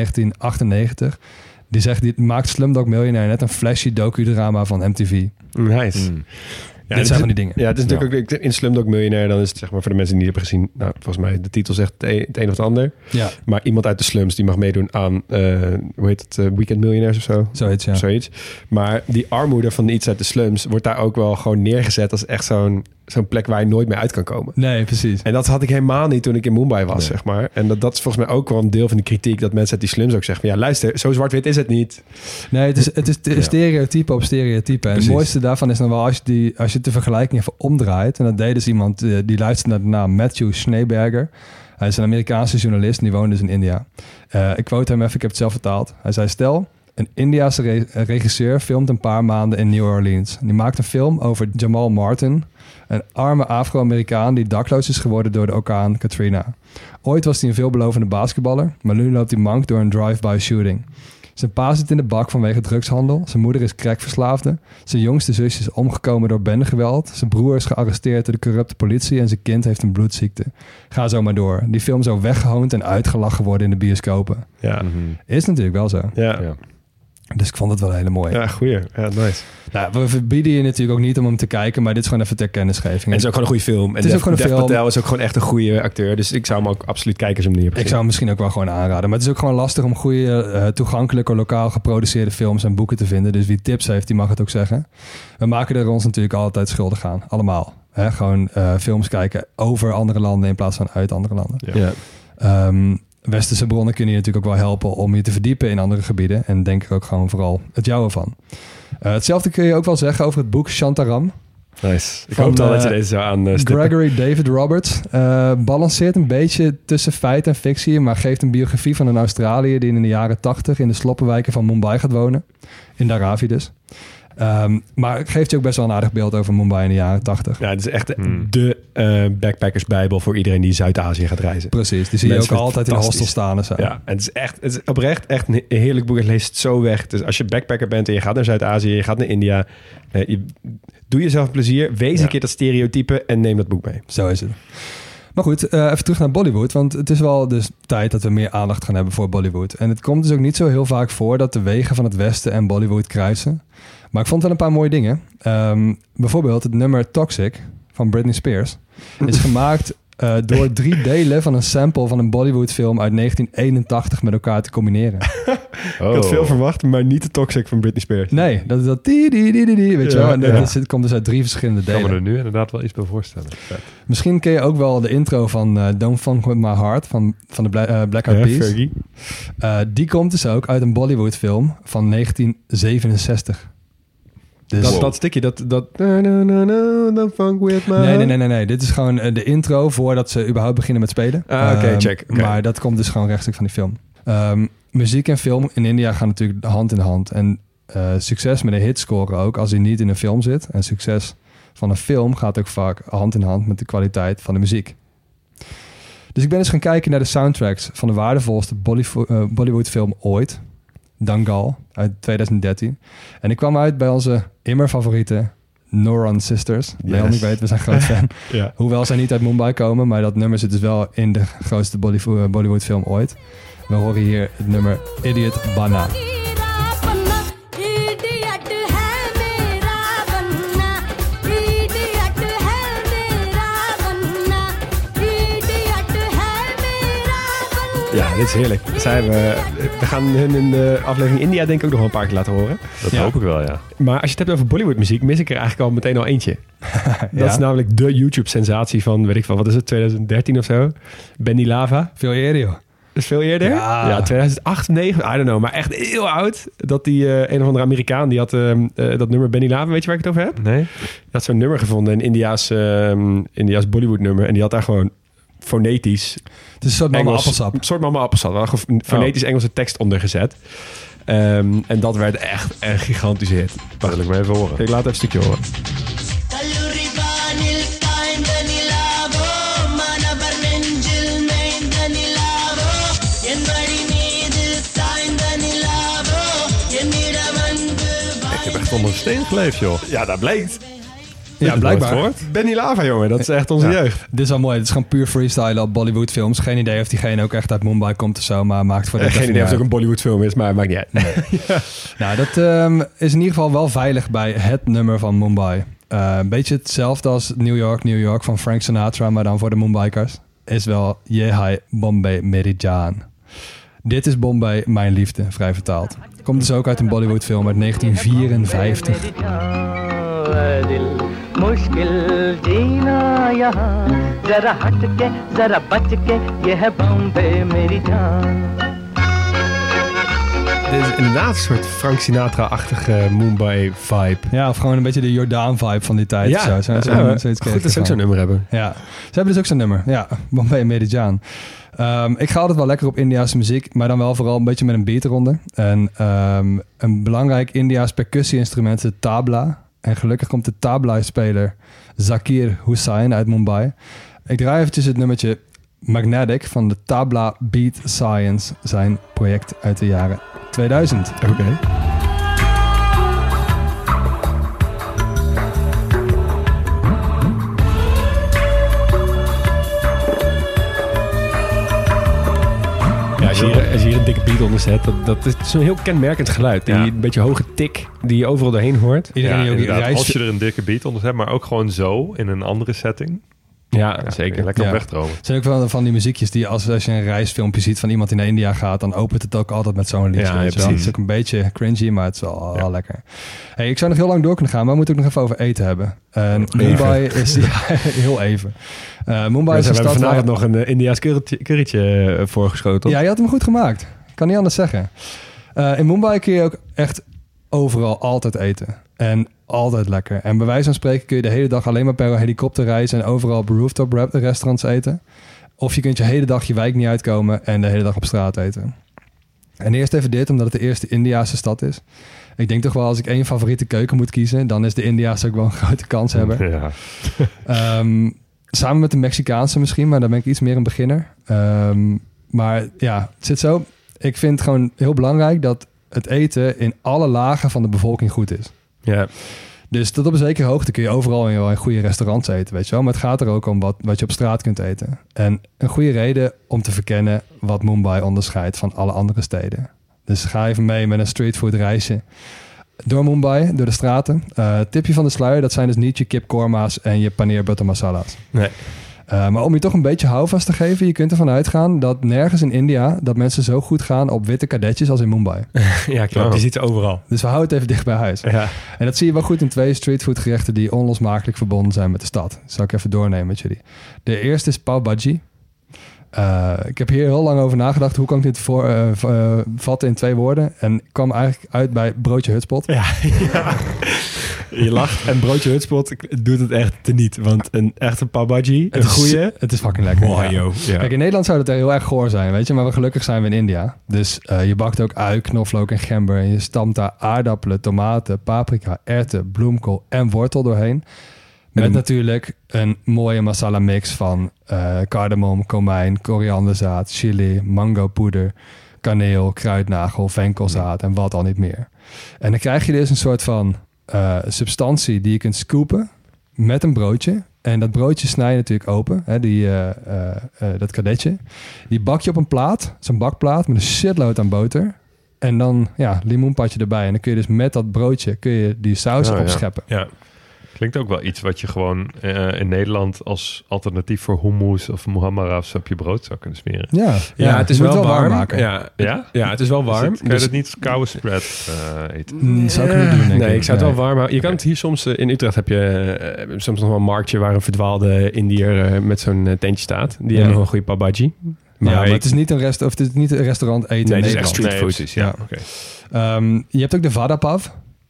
S7: 1998. Die zegt, die maakt Slumdog Millionaire net een flashy docudrama van MTV.
S1: Nice.
S7: Ja, dit zijn van die dingen.
S1: Ja, het is natuurlijk ook in Slumdog Millionaire, dan is het zeg maar voor de mensen die het niet hebben gezien, nou, volgens mij de titel zegt het een of het ander.
S7: Ja.
S1: Maar iemand uit de slums die mag meedoen aan, hoe heet het, Weekend Millionaires of zo?
S7: Zoiets, ja.
S1: Zoiets. Maar die armoede van iets uit de slums wordt daar ook wel gewoon neergezet als echt zo'n plek waar je nooit meer uit kan komen.
S7: Nee, precies.
S1: En dat had ik helemaal niet toen ik in Mumbai was, zeg maar. En dat is volgens mij ook wel een deel van de kritiek, dat mensen uit die slums ook zeggen van, ja, luister, zo zwart-wit is het niet.
S7: Nee, het is stereotype op stereotype. En het mooiste daarvan is dan wel als je de vergelijking even omdraait. En dat deed dus iemand, die luisterde naar de naam Matthew Schneeberger. Hij is een Amerikaanse journalist en die woont dus in India. Ik quote hem even, ik heb het zelf vertaald. Hij zei, stel, een Indiase regisseur filmt een paar maanden in New Orleans. Die maakt een film over Jamal Martin, een arme Afro-Amerikaan die dakloos is geworden door de orkaan Katrina. Ooit was hij een veelbelovende basketballer, maar nu loopt hij mank door een drive-by shooting. Zijn pa zit in de bak vanwege drugshandel. Zijn moeder is crackverslaafde. Zijn jongste zusje is omgekomen door bendegeweld. Zijn broer is gearresteerd door de corrupte politie en zijn kind heeft een bloedziekte. Ga zo maar door. Die film zou weggehoond en uitgelachen worden in de bioscopen.
S1: Ja.
S7: Is natuurlijk wel zo.
S1: Ja.
S7: Dus ik vond het wel hele mooi.
S1: Ja, goeie. Ja, nice.
S7: Nou, we verbieden je natuurlijk ook niet om hem te kijken, maar dit is gewoon even ter kennisgeving.
S1: En het is ook gewoon een goede film. En
S7: het is ook gewoon een film.
S1: Patel is ook gewoon echt een goede acteur. Dus ik zou hem ook absoluut kijken als je hem niet hebt.
S7: Ik zou hem misschien ook wel gewoon aanraden. Maar het is ook gewoon lastig om goede, toegankelijke, lokaal geproduceerde films en boeken te vinden. Dus wie tips heeft, die mag het ook zeggen. We maken er ons natuurlijk altijd schuldig aan. Allemaal. Gewoon films kijken over andere landen in plaats van uit andere landen.
S1: Ja.
S7: Westerse bronnen kunnen je natuurlijk ook wel helpen om je te verdiepen in andere gebieden. En denk er ook gewoon vooral het jouwe van. Hetzelfde kun je ook wel zeggen over het boek Shantaram.
S1: Nice. Ik hoop al dat je deze zou aanstippen.
S7: Gregory David Roberts balanceert een beetje tussen feit en fictie, maar geeft een biografie van een Australiër die in de jaren 80 in de sloppenwijken van Mumbai gaat wonen. In Dharavi dus. Maar geeft je ook best wel een aardig beeld over Mumbai in de jaren 80.
S1: Ja, het is echt de backpackersbijbel voor iedereen die Zuid-Azië gaat reizen.
S7: Precies, die zie je ook altijd in de hostel staan en zo.
S1: Ja, en het is oprecht echt een heerlijk boek. Het leest zo weg. Dus als je backpacker bent en je gaat naar Zuid-Azië, je gaat naar India, doe jezelf een plezier, wees een keer dat stereotype en neem dat boek mee.
S7: Zo is het. Maar goed, even terug naar Bollywood. Want het is wel dus tijd dat we meer aandacht gaan hebben voor Bollywood. En het komt dus ook niet zo heel vaak voor dat de wegen van het Westen en Bollywood kruisen. Maar ik vond wel een paar mooie dingen. Bijvoorbeeld het nummer Toxic van Britney Spears is gemaakt door 3 delen van een sample van een Bollywood film uit 1981 met elkaar te combineren.
S1: Ik had veel verwacht, maar niet de Toxic van Britney Spears.
S7: Nee, dat is dat die, weet je wel. En dat komt dus uit 3 verschillende delen.
S8: Ik kan me er nu inderdaad wel iets bij voorstellen. Vet.
S7: Misschien ken je ook wel de intro van Don't Funk With My Heart van de Black Eyed Peas.
S1: Fergie.
S7: Die komt dus ook uit een Bollywood film van 1967. Dus
S1: Dat stukje, don't funk with my...
S7: Nee. Dit is gewoon de intro voordat ze überhaupt beginnen met spelen.
S1: Oké, check. Okay.
S7: Maar dat komt dus gewoon rechtstreeks van die film. Muziek en film in India gaan natuurlijk hand in hand. En succes met een hit scoren ook als hij niet in een film zit. En succes van een film gaat ook vaak hand in hand met de kwaliteit van de muziek. Dus ik ben eens gaan kijken naar de soundtracks van de waardevolste Bollywood film ooit. Dangal uit 2013. En ik kwam uit bij onze immer favoriete Noran Sisters. Leon, ik weet, we zijn groot fan.
S1: Ja.
S7: Hoewel zij niet uit Mumbai komen, maar dat nummer zit dus wel in de grootste Bollywood film ooit. We horen hier het nummer Idiot Bana.
S1: Ja, dit is heerlijk. We gaan hun in de aflevering India denk ik ook nog wel een paar keer laten horen.
S8: Dat hoop ik wel, ja.
S1: Maar als je het hebt over Bollywood muziek, mis ik er eigenlijk al meteen al eentje. Dat is namelijk de YouTube-sensatie van, weet ik van, wat is het, 2013 of zo? Benny Lava.
S7: Veel eerder, joh.
S1: Dat is veel eerder? Ja, 2008, 2009, I don't know. Maar echt heel oud. Dat die een of andere Amerikaan, die had dat nummer Benny Lava, weet je waar ik het over heb?
S8: Nee.
S1: Die had zo'n nummer gevonden, een Indiaas Bollywood nummer. En die had daar gewoon fonetisch...
S7: Het is een soort mama appelsap.
S1: Een soort mama appelsap. Waar fonetisch Engelse tekst onder gezet. En dat werd echt een gigantische hit.
S8: Dat wil ik me even horen.
S1: Ik laat even een stukje horen.
S8: Ik heb echt onder een steen geleefd, joh.
S1: Ja, dat blijkt.
S7: Ja, blijkbaar.
S1: Benny Lava, jongen. Dat is echt onze jeugd.
S7: Dit is wel mooi. Dit is gewoon puur freestyle op Bollywood films. Geen idee of diegene ook echt uit Mumbai komt of zo, maar maakt voor de
S1: geen idee of het ook een Bollywood film is, maar het maakt niet uit.
S7: Nee. Nou, dat is in ieder geval wel veilig bij het nummer van Mumbai. Een beetje hetzelfde als New York van Frank Sinatra, maar dan voor de Mumbaikers. Is wel Ye Hai Bombay Meri Jaan. Dit is Bombay, mijn liefde, vrij vertaald. Komt dus ook uit een Bollywood film uit 1954. मुश्किल जीना यहाँ जरा हट के जरा बच के ये है बॉम्बे मेरी जान. Dit is inderdaad een soort Frank Sinatra-achtige Mumbai-vibe. Ja, of gewoon een beetje de Jordaan-vibe van die tijd.
S1: Ja,
S7: zo.
S1: Goed dat ze ook zo'n nummer hebben.
S7: Ja, ze hebben dus ook zo'n nummer. Ja, Bombay Meri Jaan. Ik ga altijd wel lekker op Indiase muziek, maar dan wel vooral een beetje met een beat eronder. En een belangrijk Indiaas percussie-instrument is de tabla. En gelukkig komt de tabla-speler Zakir Hussain uit Mumbai. Ik draai eventjes het nummertje Magnetic van de Tabla Beat Science, zijn project uit de jaren 2000.
S1: Oké. Als je hier een dikke beat onder zet, dat is zo'n heel kenmerkend geluid. Die een beetje hoge tik die je overal doorheen hoort.
S8: Iedereen die ook als je er een dikke beat onder zet, maar ook gewoon zo in een andere setting.
S1: Ja, zeker.
S8: Lekker op wegdromen.
S7: Het zijn ook wel van die muziekjes die als je een reisfilmpje ziet van iemand die naar India gaat, dan opent het ook altijd met zo'n liedje.
S1: Ja,
S7: het is ook een beetje cringy, maar het is wel lekker. Hey, ik zou nog heel lang door kunnen gaan, maar we moeten ook nog even over eten hebben. Mumbai is heel even. Mumbai is een stad. We hebben vanavond nog een Indiaas currytje voorgeschoten. Ja, je had hem goed gemaakt. Ik kan niet anders zeggen. In Mumbai kun je ook echt overal altijd eten. En altijd lekker. En bij wijze van spreken kun je de hele dag alleen maar per helikopter reizen en overal op rooftop restaurants eten. Of je kunt je hele dag je wijk niet uitkomen en de hele dag op straat eten. En eerst even dit, omdat het de eerste Indiase stad is. Ik denk toch wel, als ik één favoriete keuken moet kiezen, dan is de Indiase ook wel een grote kans hebben.
S8: Ja.
S7: Samen met de Mexicaanse misschien, maar daar ben ik iets meer een beginner. Maar ja, het zit zo. Ik vind het gewoon heel belangrijk dat het eten in alle lagen van de bevolking goed is.
S1: Ja.
S7: Dus tot op een zekere hoogte kun je overal in goede restaurants eten, weet je wel. Maar het gaat er ook om wat je op straat kunt eten. En een goede reden om te verkennen wat Mumbai onderscheidt van alle andere steden. Dus ga even mee met een streetfood reisje door Mumbai, door de straten. Tipje van de sluier, dat zijn dus niet je kip korma's en je paneer butter masala's.
S1: Nee.
S7: Maar om je toch een beetje houvast te geven, je kunt ervan uitgaan dat nergens in India dat mensen zo goed gaan op witte kadetjes als in Mumbai.
S1: Ja, klopt. Die ziet ze overal.
S7: Dus we houden het even dicht bij huis.
S1: Ja.
S7: En dat zie je wel goed in 2 streetfoodgerechten die onlosmakelijk verbonden zijn met de stad. Dat zal ik even doornemen met jullie. De eerste is pav bhaji. Ik heb hier heel lang over nagedacht. Hoe kan ik dit vatten in 2 woorden? En ik kwam eigenlijk uit bij broodje hutspot.
S1: Ja. Je lacht. En broodje hutspot doet het echt teniet. Want een echte pav bhaji, een goeie...
S7: Het is fucking lekker.
S1: Mooi, joh. Ja.
S7: Kijk, in Nederland zou dat heel erg goor zijn, weet je. Maar gelukkig zijn we in India. Dus je bakt ook ui, knoflook en gember. En je stampt daar aardappelen, tomaten, paprika, erwten, bloemkool en wortel doorheen. Met natuurlijk een mooie masala mix van cardamom, komijn, korianderzaad, chili, mangopoeder, kaneel, kruidnagel, venkelzaad en wat al niet meer. En dan krijg je dus een soort van substantie die je kunt scoopen met een broodje. En dat broodje snij je natuurlijk open, hè, dat kadetje. Die bak je op een plaat, zo'n bakplaat met een shitload aan boter. En dan limoenpadje erbij. En dan kun je dus met dat broodje die saus opscheppen.
S1: Ja.
S8: Klinkt ook wel iets wat je gewoon in Nederland als alternatief voor hummus of muhammaras op je brood zou kunnen smeren.
S1: Ja, het is wel warm.
S7: Maken.
S1: Ja, het is wel warm.
S8: Kan je dat niet als koude spread eten?
S7: Zou ik niet doen, denk ik.
S1: Nee, ik zou het wel warm houden. Je kan het hier soms... in Utrecht heb je soms nog wel een marktje waar een verdwaalde Indiër met zo'n tentje staat. Die hebben nog een goede pav bhaji.
S7: Maar het is niet een restaurant eten in
S1: het is
S7: Nederland.
S1: echt streetfood.
S8: Precies, ja. Okay.
S7: Je hebt ook de vada pav.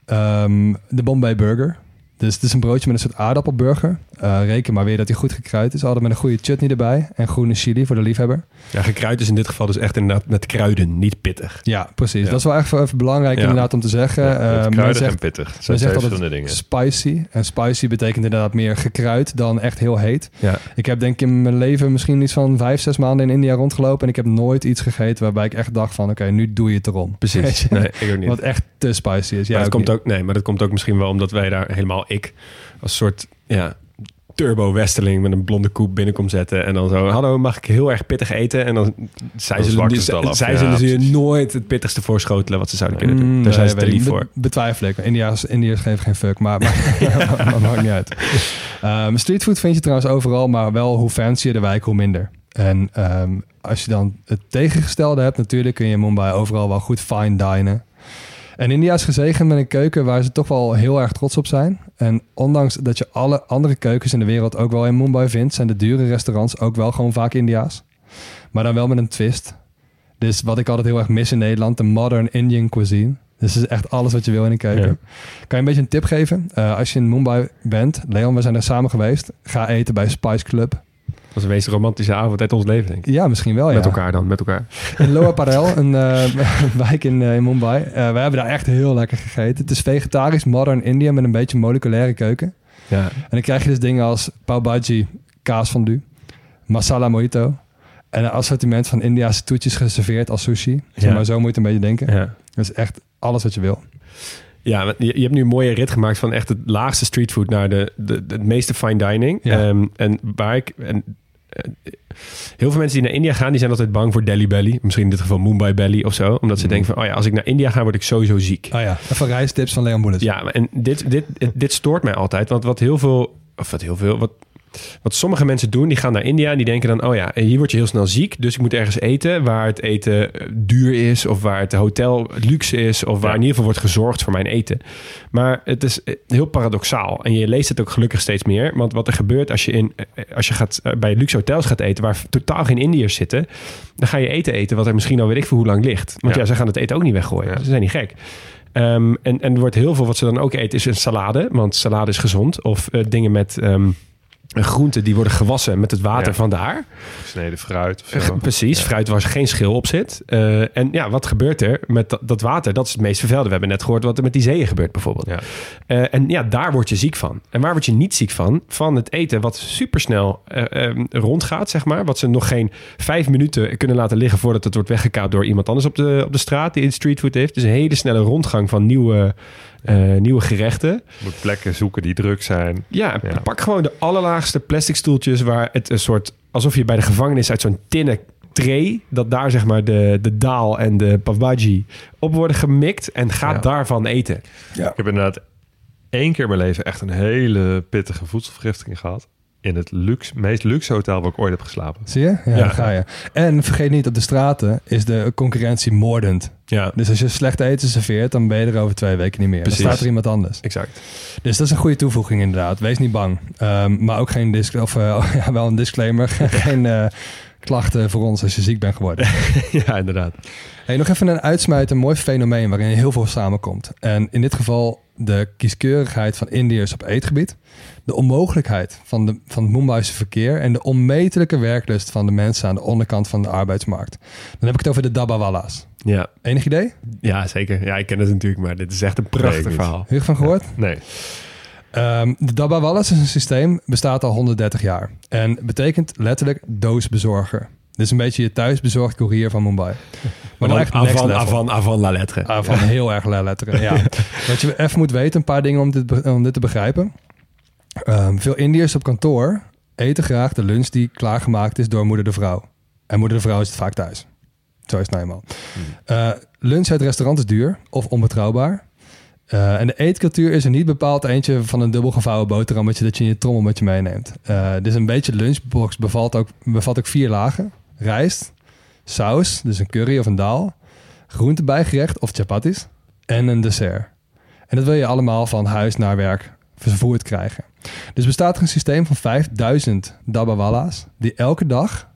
S7: De Bombay burger. Dus het is een broodje met een soort aardappelburger. Reken maar weer dat hij goed gekruid is. Altijd met een goede chutney erbij. En groene chili voor de liefhebber.
S1: Ja, gekruid is in dit geval dus echt inderdaad met kruiden, niet pittig.
S7: Ja, precies. Ja. Dat is wel echt even belangrijk inderdaad om te zeggen.
S8: Kruidig en pittig. Dat zijn 2 verschillende dingen.
S7: Spicy. En spicy betekent inderdaad meer gekruid dan echt heel heet.
S1: Ja.
S7: Ik heb denk ik in mijn leven misschien iets van 5-6 maanden in India rondgelopen. En ik heb nooit iets gegeten waarbij ik echt dacht van... Oké, nu doe je het erom.
S1: Precies. Nee, ik ook niet.
S7: Wat echt te spicy is.
S1: Maar dat komt ook misschien wel omdat wij daar helemaal als soort turbo-westeling met een blonde koep binnenkom zetten. En dan zo, hallo, mag ik heel erg pittig eten? En dan zullen ze je nooit het pittigste voorschotelen wat ze zouden kunnen doen. Daar zijn ze te lief voor.
S7: Betwijfel ik. Indiërs geven geen fuck, maar maakt niet uit. Streetfood vind je trouwens overal, maar wel hoe fancier de wijk, hoe minder. En als je dan het tegengestelde hebt, natuurlijk kun je in Mumbai overal wel goed fine dinen. En India is gezegend met een keuken waar ze toch wel heel erg trots op zijn. En ondanks dat je alle andere keukens in de wereld ook wel in Mumbai vindt, zijn de dure restaurants ook wel gewoon vaak India's. Maar dan wel met een twist. Dus wat ik altijd heel erg mis in Nederland, de modern Indian cuisine. Dus het is echt alles wat je wil in een keuken. Ja. Kan je een beetje een tip geven? Als je in Mumbai bent, Leon, we zijn er samen geweest. Ga eten bij Spice Club.
S1: Dat was de meest romantische avond uit ons leven, denk ik.
S7: Ja, misschien wel,
S1: Met elkaar.
S7: In Lower Parel, een wijk in Mumbai. We hebben daar echt heel lekker gegeten. Het is vegetarisch, modern India met een beetje moleculaire keuken.
S1: Ja.
S7: En dan krijg je dus dingen als pav bhaji, kaasfondue, masala mojito. En een assortiment van Indiase toetjes geserveerd als sushi. Zeg maar, zo moet je het een beetje denken. Ja. Dat is echt alles wat je wil.
S1: Ja, je hebt nu een mooie rit gemaakt van echt het laagste streetfood naar het meeste fine dining.
S7: Ja.
S1: Heel veel mensen die naar India gaan, die zijn altijd bang voor Delhi Belly. Misschien in dit geval Mumbai Belly of zo. Omdat ze denken van, als ik naar India ga, word ik sowieso ziek.
S7: Oh ja, even reistips van Leon Boelens.
S1: Ja, en dit stoort mij altijd. Want wat sommige mensen doen, die gaan naar India en die denken dan, hier word je heel snel ziek, dus ik moet ergens eten waar het eten duur is of waar het hotel luxe is of waar in ieder geval wordt gezorgd voor mijn eten. Maar het is heel paradoxaal en je leest het ook gelukkig steeds meer, want wat er gebeurt als je gaat bij luxe hotels gaat eten waar totaal geen Indiërs zitten, dan ga je eten wat er misschien al weet ik voor hoe lang ligt. Want ze gaan het eten ook niet weggooien. Ja. Ze zijn niet gek. En er wordt heel veel wat ze dan ook eten is een salade, want salade is gezond of dingen met groenten die worden gewassen met het water van daar.
S8: Gesneden fruit of zo.
S1: Precies, fruit waar geen schil op zit. En wat gebeurt er met dat water? Dat is het meest vervuilde. We hebben net gehoord wat er met die zeeën gebeurt bijvoorbeeld. Ja. Daar word je ziek van. En waar word je niet ziek van? Van het eten wat supersnel rondgaat, zeg maar. Wat ze nog geen 5 minuten kunnen laten liggen voordat het wordt weggekaapt door iemand anders op de straat die streetfood heeft. Dus een hele snelle rondgang van nieuwe gerechten.
S8: Je moet plekken zoeken die druk zijn.
S1: Ja, pak gewoon de allerlaagste plastic stoeltjes waar het een soort, alsof je bij de gevangenis uit zo'n tinnen tray, dat daar zeg maar de daal en de pav bhaji op worden gemikt en ga daarvan eten.
S8: Ja. Ik heb inderdaad 1 keer in mijn leven echt een hele pittige voedselvergiftiging gehad. in het meest luxe hotel waar ik ooit heb geslapen.
S7: Zie je? Ja, daar ga je. En vergeet niet, op de straten is de concurrentie moordend.
S1: Ja,
S7: Dus als je slecht eten serveert, dan ben je er over 2 weken niet meer.
S1: Precies.
S7: Dan staat er iemand anders.
S1: exact.
S7: Dus dat is een goede toevoeging inderdaad. Wees niet bang. Maar ook geen wel een disclaimer. Geen klachten voor ons als je ziek bent geworden.
S1: Ja, inderdaad.
S7: Hey, nog even een uitsmijter, een mooi fenomeen waarin heel veel samenkomt. En in dit geval de kieskeurigheid van Indiërs op eetgebied. De onmogelijkheid van het Mumbai'se verkeer. En de onmetelijke werklust van de mensen aan de onderkant van de arbeidsmarkt. Dan heb ik het over de Dabbawalla's.
S1: Ja.
S7: Enig idee?
S1: Ja, zeker. Ja, ik ken het natuurlijk, maar dit is echt een prachtig
S8: Nee,
S1: verhaal.
S7: Heb je ervan gehoord?
S8: Nee.
S7: De Dabbawalla's is een systeem, bestaat al 130 jaar. En betekent letterlijk doosbezorger. Dit is een beetje je thuisbezorgd courier van Mumbai. Maar dan echt next level.
S1: Avant la lettre.
S7: Van heel erg letteren, ja. Wat je even moet weten, een paar dingen om dit te begrijpen. Veel Indiërs op kantoor eten graag de lunch die klaargemaakt is door moeder de vrouw. En moeder de vrouw is het vaak thuis. Zo is het nou eenmaal. Lunch uit restaurant is duur of onbetrouwbaar. En de eetcultuur is er niet bepaald eentje van een dubbel gevouwen boterhammetje dat je in je trommel met je meeneemt. Dus een beetje lunchbox bevat ook 4 lagen. Rijst, saus, dus een curry of een daal, groentebijgerecht of chapatis en een dessert. En dat wil je allemaal van huis naar werk vervoerd krijgen. Dus bestaat er een systeem van 5000 Dabbawalla's die elke dag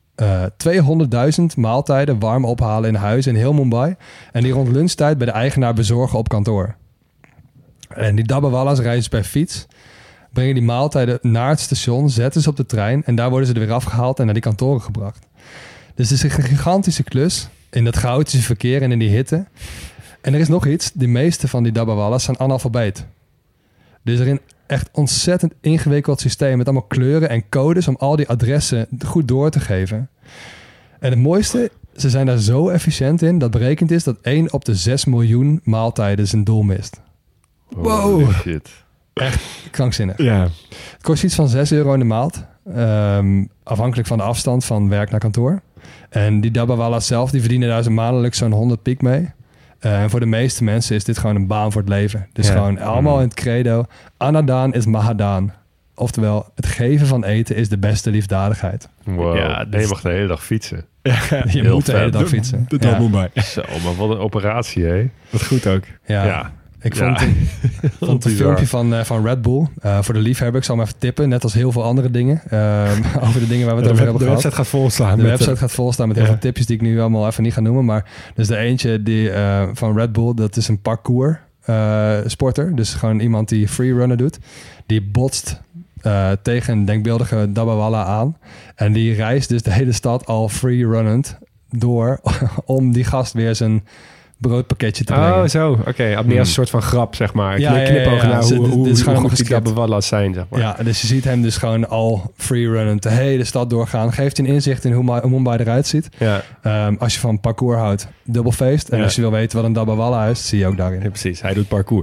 S7: 200.000 maaltijden warm ophalen in huis in heel Mumbai en die rond lunchtijd bij de eigenaar bezorgen op kantoor. En die Dabbawalla's reizen per fiets, brengen die maaltijden naar het station, zetten ze op de trein en daar worden ze er weer afgehaald en naar die kantoren gebracht. Dus het is een gigantische klus in dat chaotische verkeer en in die hitte. En er is nog iets, de meeste van die Dabbawalla's zijn analfabeet. Dus er is een echt ontzettend ingewikkeld systeem met allemaal kleuren en codes om al die adressen goed door te geven. En het mooiste, ze zijn daar zo efficiënt in dat berekend is dat 1 op de 6 miljoen maaltijden zijn doel mist.
S8: Holy
S7: Wow.
S8: shit.
S7: Echt krankzinnig.
S1: Ja.
S7: Het kost iets van €6 in de maand. Afhankelijk van de afstand van werk naar kantoor. En die Dabbawalla's zelf, die verdienen daar zo maandelijks zo'n 100 piek mee. En voor de meeste mensen is dit gewoon een baan voor het leven. Dus gewoon allemaal in het credo. Anadaan is Mahadaan. Oftewel, het geven van eten is de beste liefdadigheid.
S8: Wow.
S1: Ja,
S8: En je mag de hele dag fietsen.
S7: Je
S8: Heel
S7: moet de hele
S8: vet.
S7: dag fietsen.
S1: De
S7: Ja.
S1: Mumbai.
S8: Zo, maar wat een operatie, hè?
S1: Wat goed ook.
S7: Ja. Ik
S8: Ja.
S7: vond een filmpje van Red Bull. Voor de liefhebber, ik zal hem even tippen. Net als heel veel andere dingen. Over de dingen waar we het over hebben
S1: De
S7: gehad.
S1: website gaat volstaan.
S7: De
S1: met,
S7: website gaat volstaan met heel veel tipjes die ik nu allemaal even niet ga noemen. Maar dus de eentje die, van Red Bull, dat is een parkour sporter. Dus gewoon iemand die freerunner doet. Die botst tegen een denkbeeldige Dabbawalla aan. En die reist dus de hele stad al freerunnend door om die gast weer zijn broodpakketje te brengen.
S1: Oh, zo. Oké. Had meer als een soort van grap, zeg maar.
S7: Ja,
S1: Knipogen naar
S7: Dus
S1: hoe
S7: dit is gewoon
S1: goed
S7: een
S1: die
S7: gescript.
S1: Dabbawalla's zijn, zeg maar.
S7: Ja, dus je ziet hem dus gewoon al freerunnend de hele stad doorgaan. Geeft een inzicht in hoe Mumbai eruit ziet.
S1: Ja.
S7: Als je van parkour houdt, dubbel feest. En
S1: Ja.
S7: als je wil weten wat een Dabbawalla is, zie je ook daarin.
S1: Ja, precies. Hij doet parkour.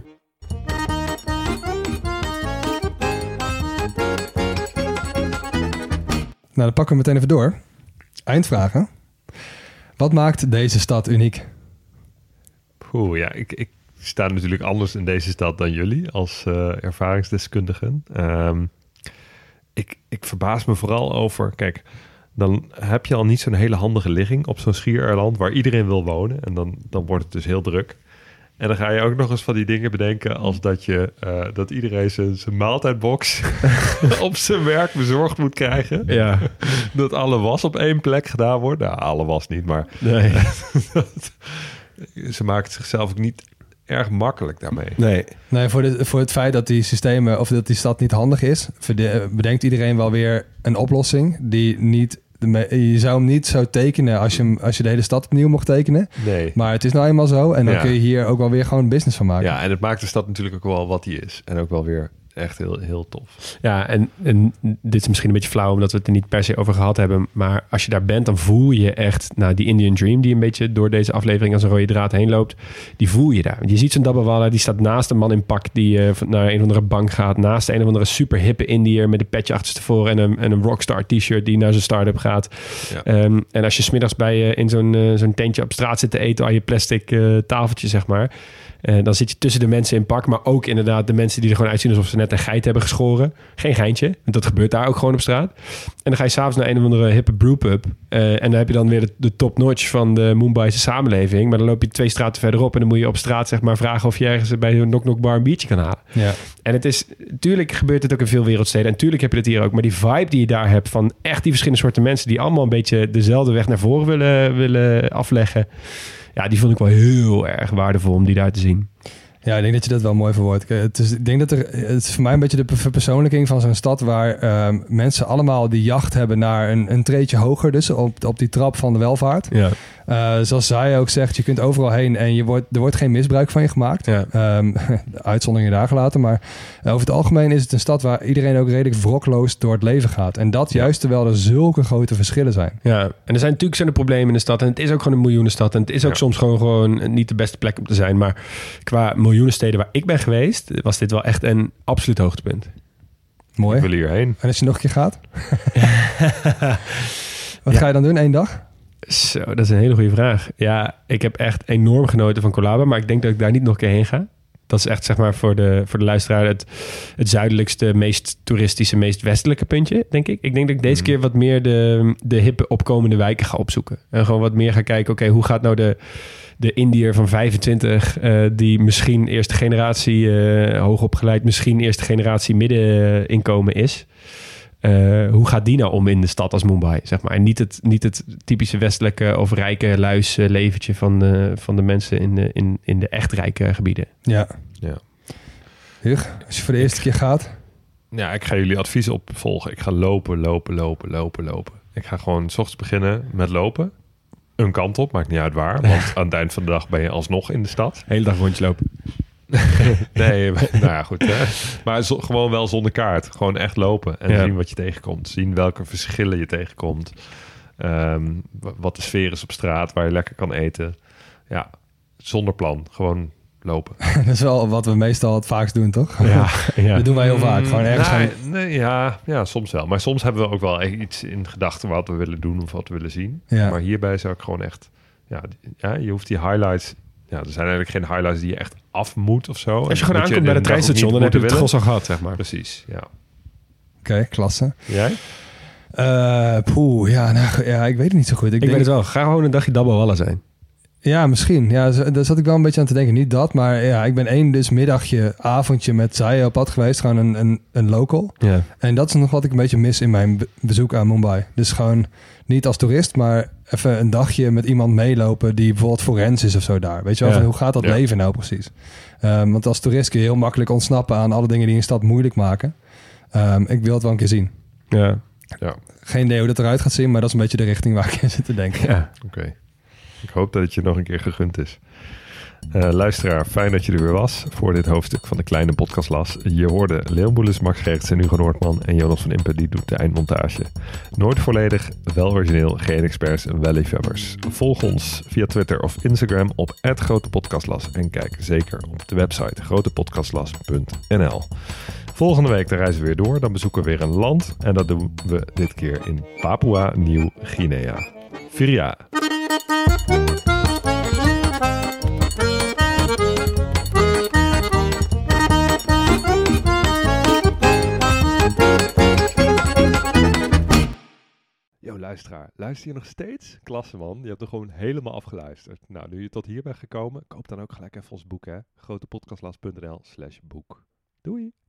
S7: Nou, dan pakken we meteen even door. Eindvragen. Wat maakt deze stad uniek?
S8: Oeh, ja, ik sta natuurlijk anders in deze stad dan jullie als ervaringsdeskundigen. Ik verbaas me vooral over... Kijk, dan heb je al niet zo'n hele handige ligging op zo'n schiereiland waar iedereen wil wonen. En dan wordt het dus heel druk. En dan ga je ook nog eens van die dingen bedenken als dat iedereen zijn maaltijdbox op zijn werk bezorgd moet krijgen.
S1: Ja.
S8: Dat alle was op één plek gedaan wordt. Nou, alle was niet, maar
S1: Nee.
S8: ze maken het zichzelf ook niet erg makkelijk daarmee.
S1: Nee.
S7: Nee, voor het feit dat die systemen of dat die stad niet handig is, bedenkt iedereen wel weer een oplossing die niet... Je zou hem niet zo tekenen als je de hele stad opnieuw mocht tekenen.
S8: Nee.
S7: Maar het is nou eenmaal zo. En dan
S8: Ja.
S7: kun je hier ook wel weer gewoon business van maken.
S8: Ja, en het maakt de stad natuurlijk ook wel wat die is. En ook wel weer echt heel, heel tof.
S1: Ja, en dit is misschien een beetje flauw omdat we het er niet per se over gehad hebben. Maar als je daar bent, dan voel je echt... Nou, die Indian Dream die een beetje door deze aflevering als een rode draad heen loopt. Die voel je daar. Je ziet zo'n Dabbawalla, die staat naast een man in pak die naar een of andere bank gaat. Naast een of andere super hippe Indiër met een petje achterstevoren en een rockstar t-shirt die naar zijn start-up gaat.
S8: Ja.
S1: En als je 's middags in zo'n tentje op straat zit te eten aan je plastic tafeltje, zeg maar... dan zit je tussen de mensen in pak, maar ook inderdaad de mensen die er gewoon uitzien alsof ze net net een geit hebben geschoren. Geen geintje, want dat gebeurt daar ook gewoon op straat. En dan ga je s'avonds naar een of andere hippe brewpub. En dan heb je dan weer de top-notch van de Mumbai'se samenleving. Maar dan loop je 2 straten verderop en dan moet je op straat zeg maar vragen of je ergens bij een knock-knock bar een biertje kan halen.
S7: Ja.
S1: En het is, tuurlijk gebeurt het ook in veel wereldsteden. En tuurlijk heb je het hier ook. Maar die vibe die je daar hebt van echt die verschillende soorten mensen die allemaal een beetje dezelfde weg naar voren willen afleggen. Ja, die vond ik wel heel erg waardevol om die daar te zien.
S7: Ja, ik denk dat je dat wel mooi verwoordt. Het is voor mij een beetje de verpersoonlijking van zo'n stad waar mensen allemaal die jacht hebben naar een treedje hoger. Dus op die trap van de welvaart.
S1: Ja.
S7: Zoals zij ook zegt, je kunt overal heen en er wordt geen misbruik van je gemaakt.
S1: Ja.
S7: Uitzonderingen daar gelaten. Maar over het algemeen is het een stad waar iedereen ook redelijk wrokloos door het leven gaat. En dat juist terwijl er zulke grote verschillen zijn.
S1: Ja, en er zijn natuurlijk problemen in de stad. En het is ook gewoon een miljoenenstad. En het is ook soms gewoon niet de beste plek om te zijn. Maar qua miljoenensteden waar ik ben geweest, was dit wel echt een absoluut hoogtepunt.
S7: Mooi.
S8: Ik wil hierheen.
S7: En als je nog een keer gaat? Wat ga je dan doen? 1 dag?
S1: Zo, dat is een hele goede vraag. Ja, ik heb echt enorm genoten van Colaba, maar ik denk dat ik daar niet nog een keer heen ga. Dat is echt zeg maar voor de luisteraar het zuidelijkste, meest toeristische, meest westelijke puntje, denk ik. Ik denk dat ik deze keer wat meer de hippe opkomende wijken ga opzoeken. En gewoon wat meer ga kijken, oké, hoe gaat nou de Indiër van 25, die misschien eerste generatie hoogopgeleid, misschien eerste generatie middeninkomen is. Hoe gaat die nou om in de stad als Mumbai, zeg maar? En niet het typische westelijke of rijke luis leventje van de mensen in de echt rijke gebieden.
S7: Ja.
S8: Ja.
S7: Als je voor de eerste keer gaat?
S8: Ja, ik ga jullie advies opvolgen. Ik ga lopen. Ik ga gewoon 's ochtends beginnen met lopen. Een kant op, maakt niet uit waar. Want aan het eind van de dag ben je alsnog in de stad.
S1: Hele dag rondje lopen.
S8: Nee, nou ja, goed. Hè? Maar gewoon wel zonder kaart. Gewoon echt lopen en zien wat je tegenkomt. Zien welke verschillen je tegenkomt. Wat de sfeer is op straat, waar je lekker kan eten. Ja, zonder plan. Gewoon lopen.
S7: Dat is wel wat we meestal het vaakst doen, toch?
S1: Ja.
S7: Dat doen wij heel vaak. Gewoon ergens
S8: ja, soms wel. Maar soms hebben we ook wel iets in gedachten wat we willen doen of wat we willen zien.
S7: Ja.
S8: Maar hierbij zou ik gewoon echt... Ja, je hoeft die highlights... Ja, er zijn eigenlijk geen highlights die je echt af moet of zo.
S1: Als je gewoon aankomt bij het treinstation, dan heb je het gros al gehad, zeg maar.
S8: Precies, ja.
S7: Oké, klasse.
S8: Jij?
S7: Ik weet het niet zo goed.
S1: Ik weet het wel. Ga gewoon een dagje Dabawalla zijn.
S7: Ja, misschien. Ja, daar zat ik wel een beetje aan te denken. Niet dat, maar ja, ik ben 1 dus middagje, avondje met Zaya op pad geweest. Gewoon een local.
S1: Ja.
S7: En dat is nog wat ik een beetje mis in mijn bezoek aan Mumbai. Dus gewoon niet als toerist, maar even een dagje met iemand meelopen die bijvoorbeeld forens is of zo daar. Weet je wel, van hoe gaat dat leven nou precies? Want als toerist kun je heel makkelijk ontsnappen aan alle dingen die een stad moeilijk maken. Ik wil het wel een keer zien.
S1: Ja.
S7: Geen idee hoe dat eruit gaat zien, maar dat is een beetje de richting waar ik in zit te denken.
S1: Ja.
S8: Oké. Ik hoop dat het je nog een keer gegund is. Luisteraar, fijn dat je er weer was voor dit hoofdstuk van de kleine podcastlas. Je hoorde Leon Boelens, Max Gertsen en Hugo Noordman en Jonas van Impe, die doet de eindmontage. Nooit volledig, wel origineel, geen experts en wel liefhebbers. Volg ons via Twitter of Instagram op @grotepodcastlas en kijk zeker op de website grotepodcastlas.nl. Volgende week dan reizen we weer door, dan bezoeken we weer een land en dat doen we dit keer in Papua Nieuw-Guinea. Viria. Yo, luisteraar, luister je nog steeds? Klasse man, je hebt er gewoon helemaal afgeluisterd. Nou, nu je tot hier bent gekomen, koop dan ook gelijk even ons boek, hè. grotepodcastlas.nl/boek. Doei!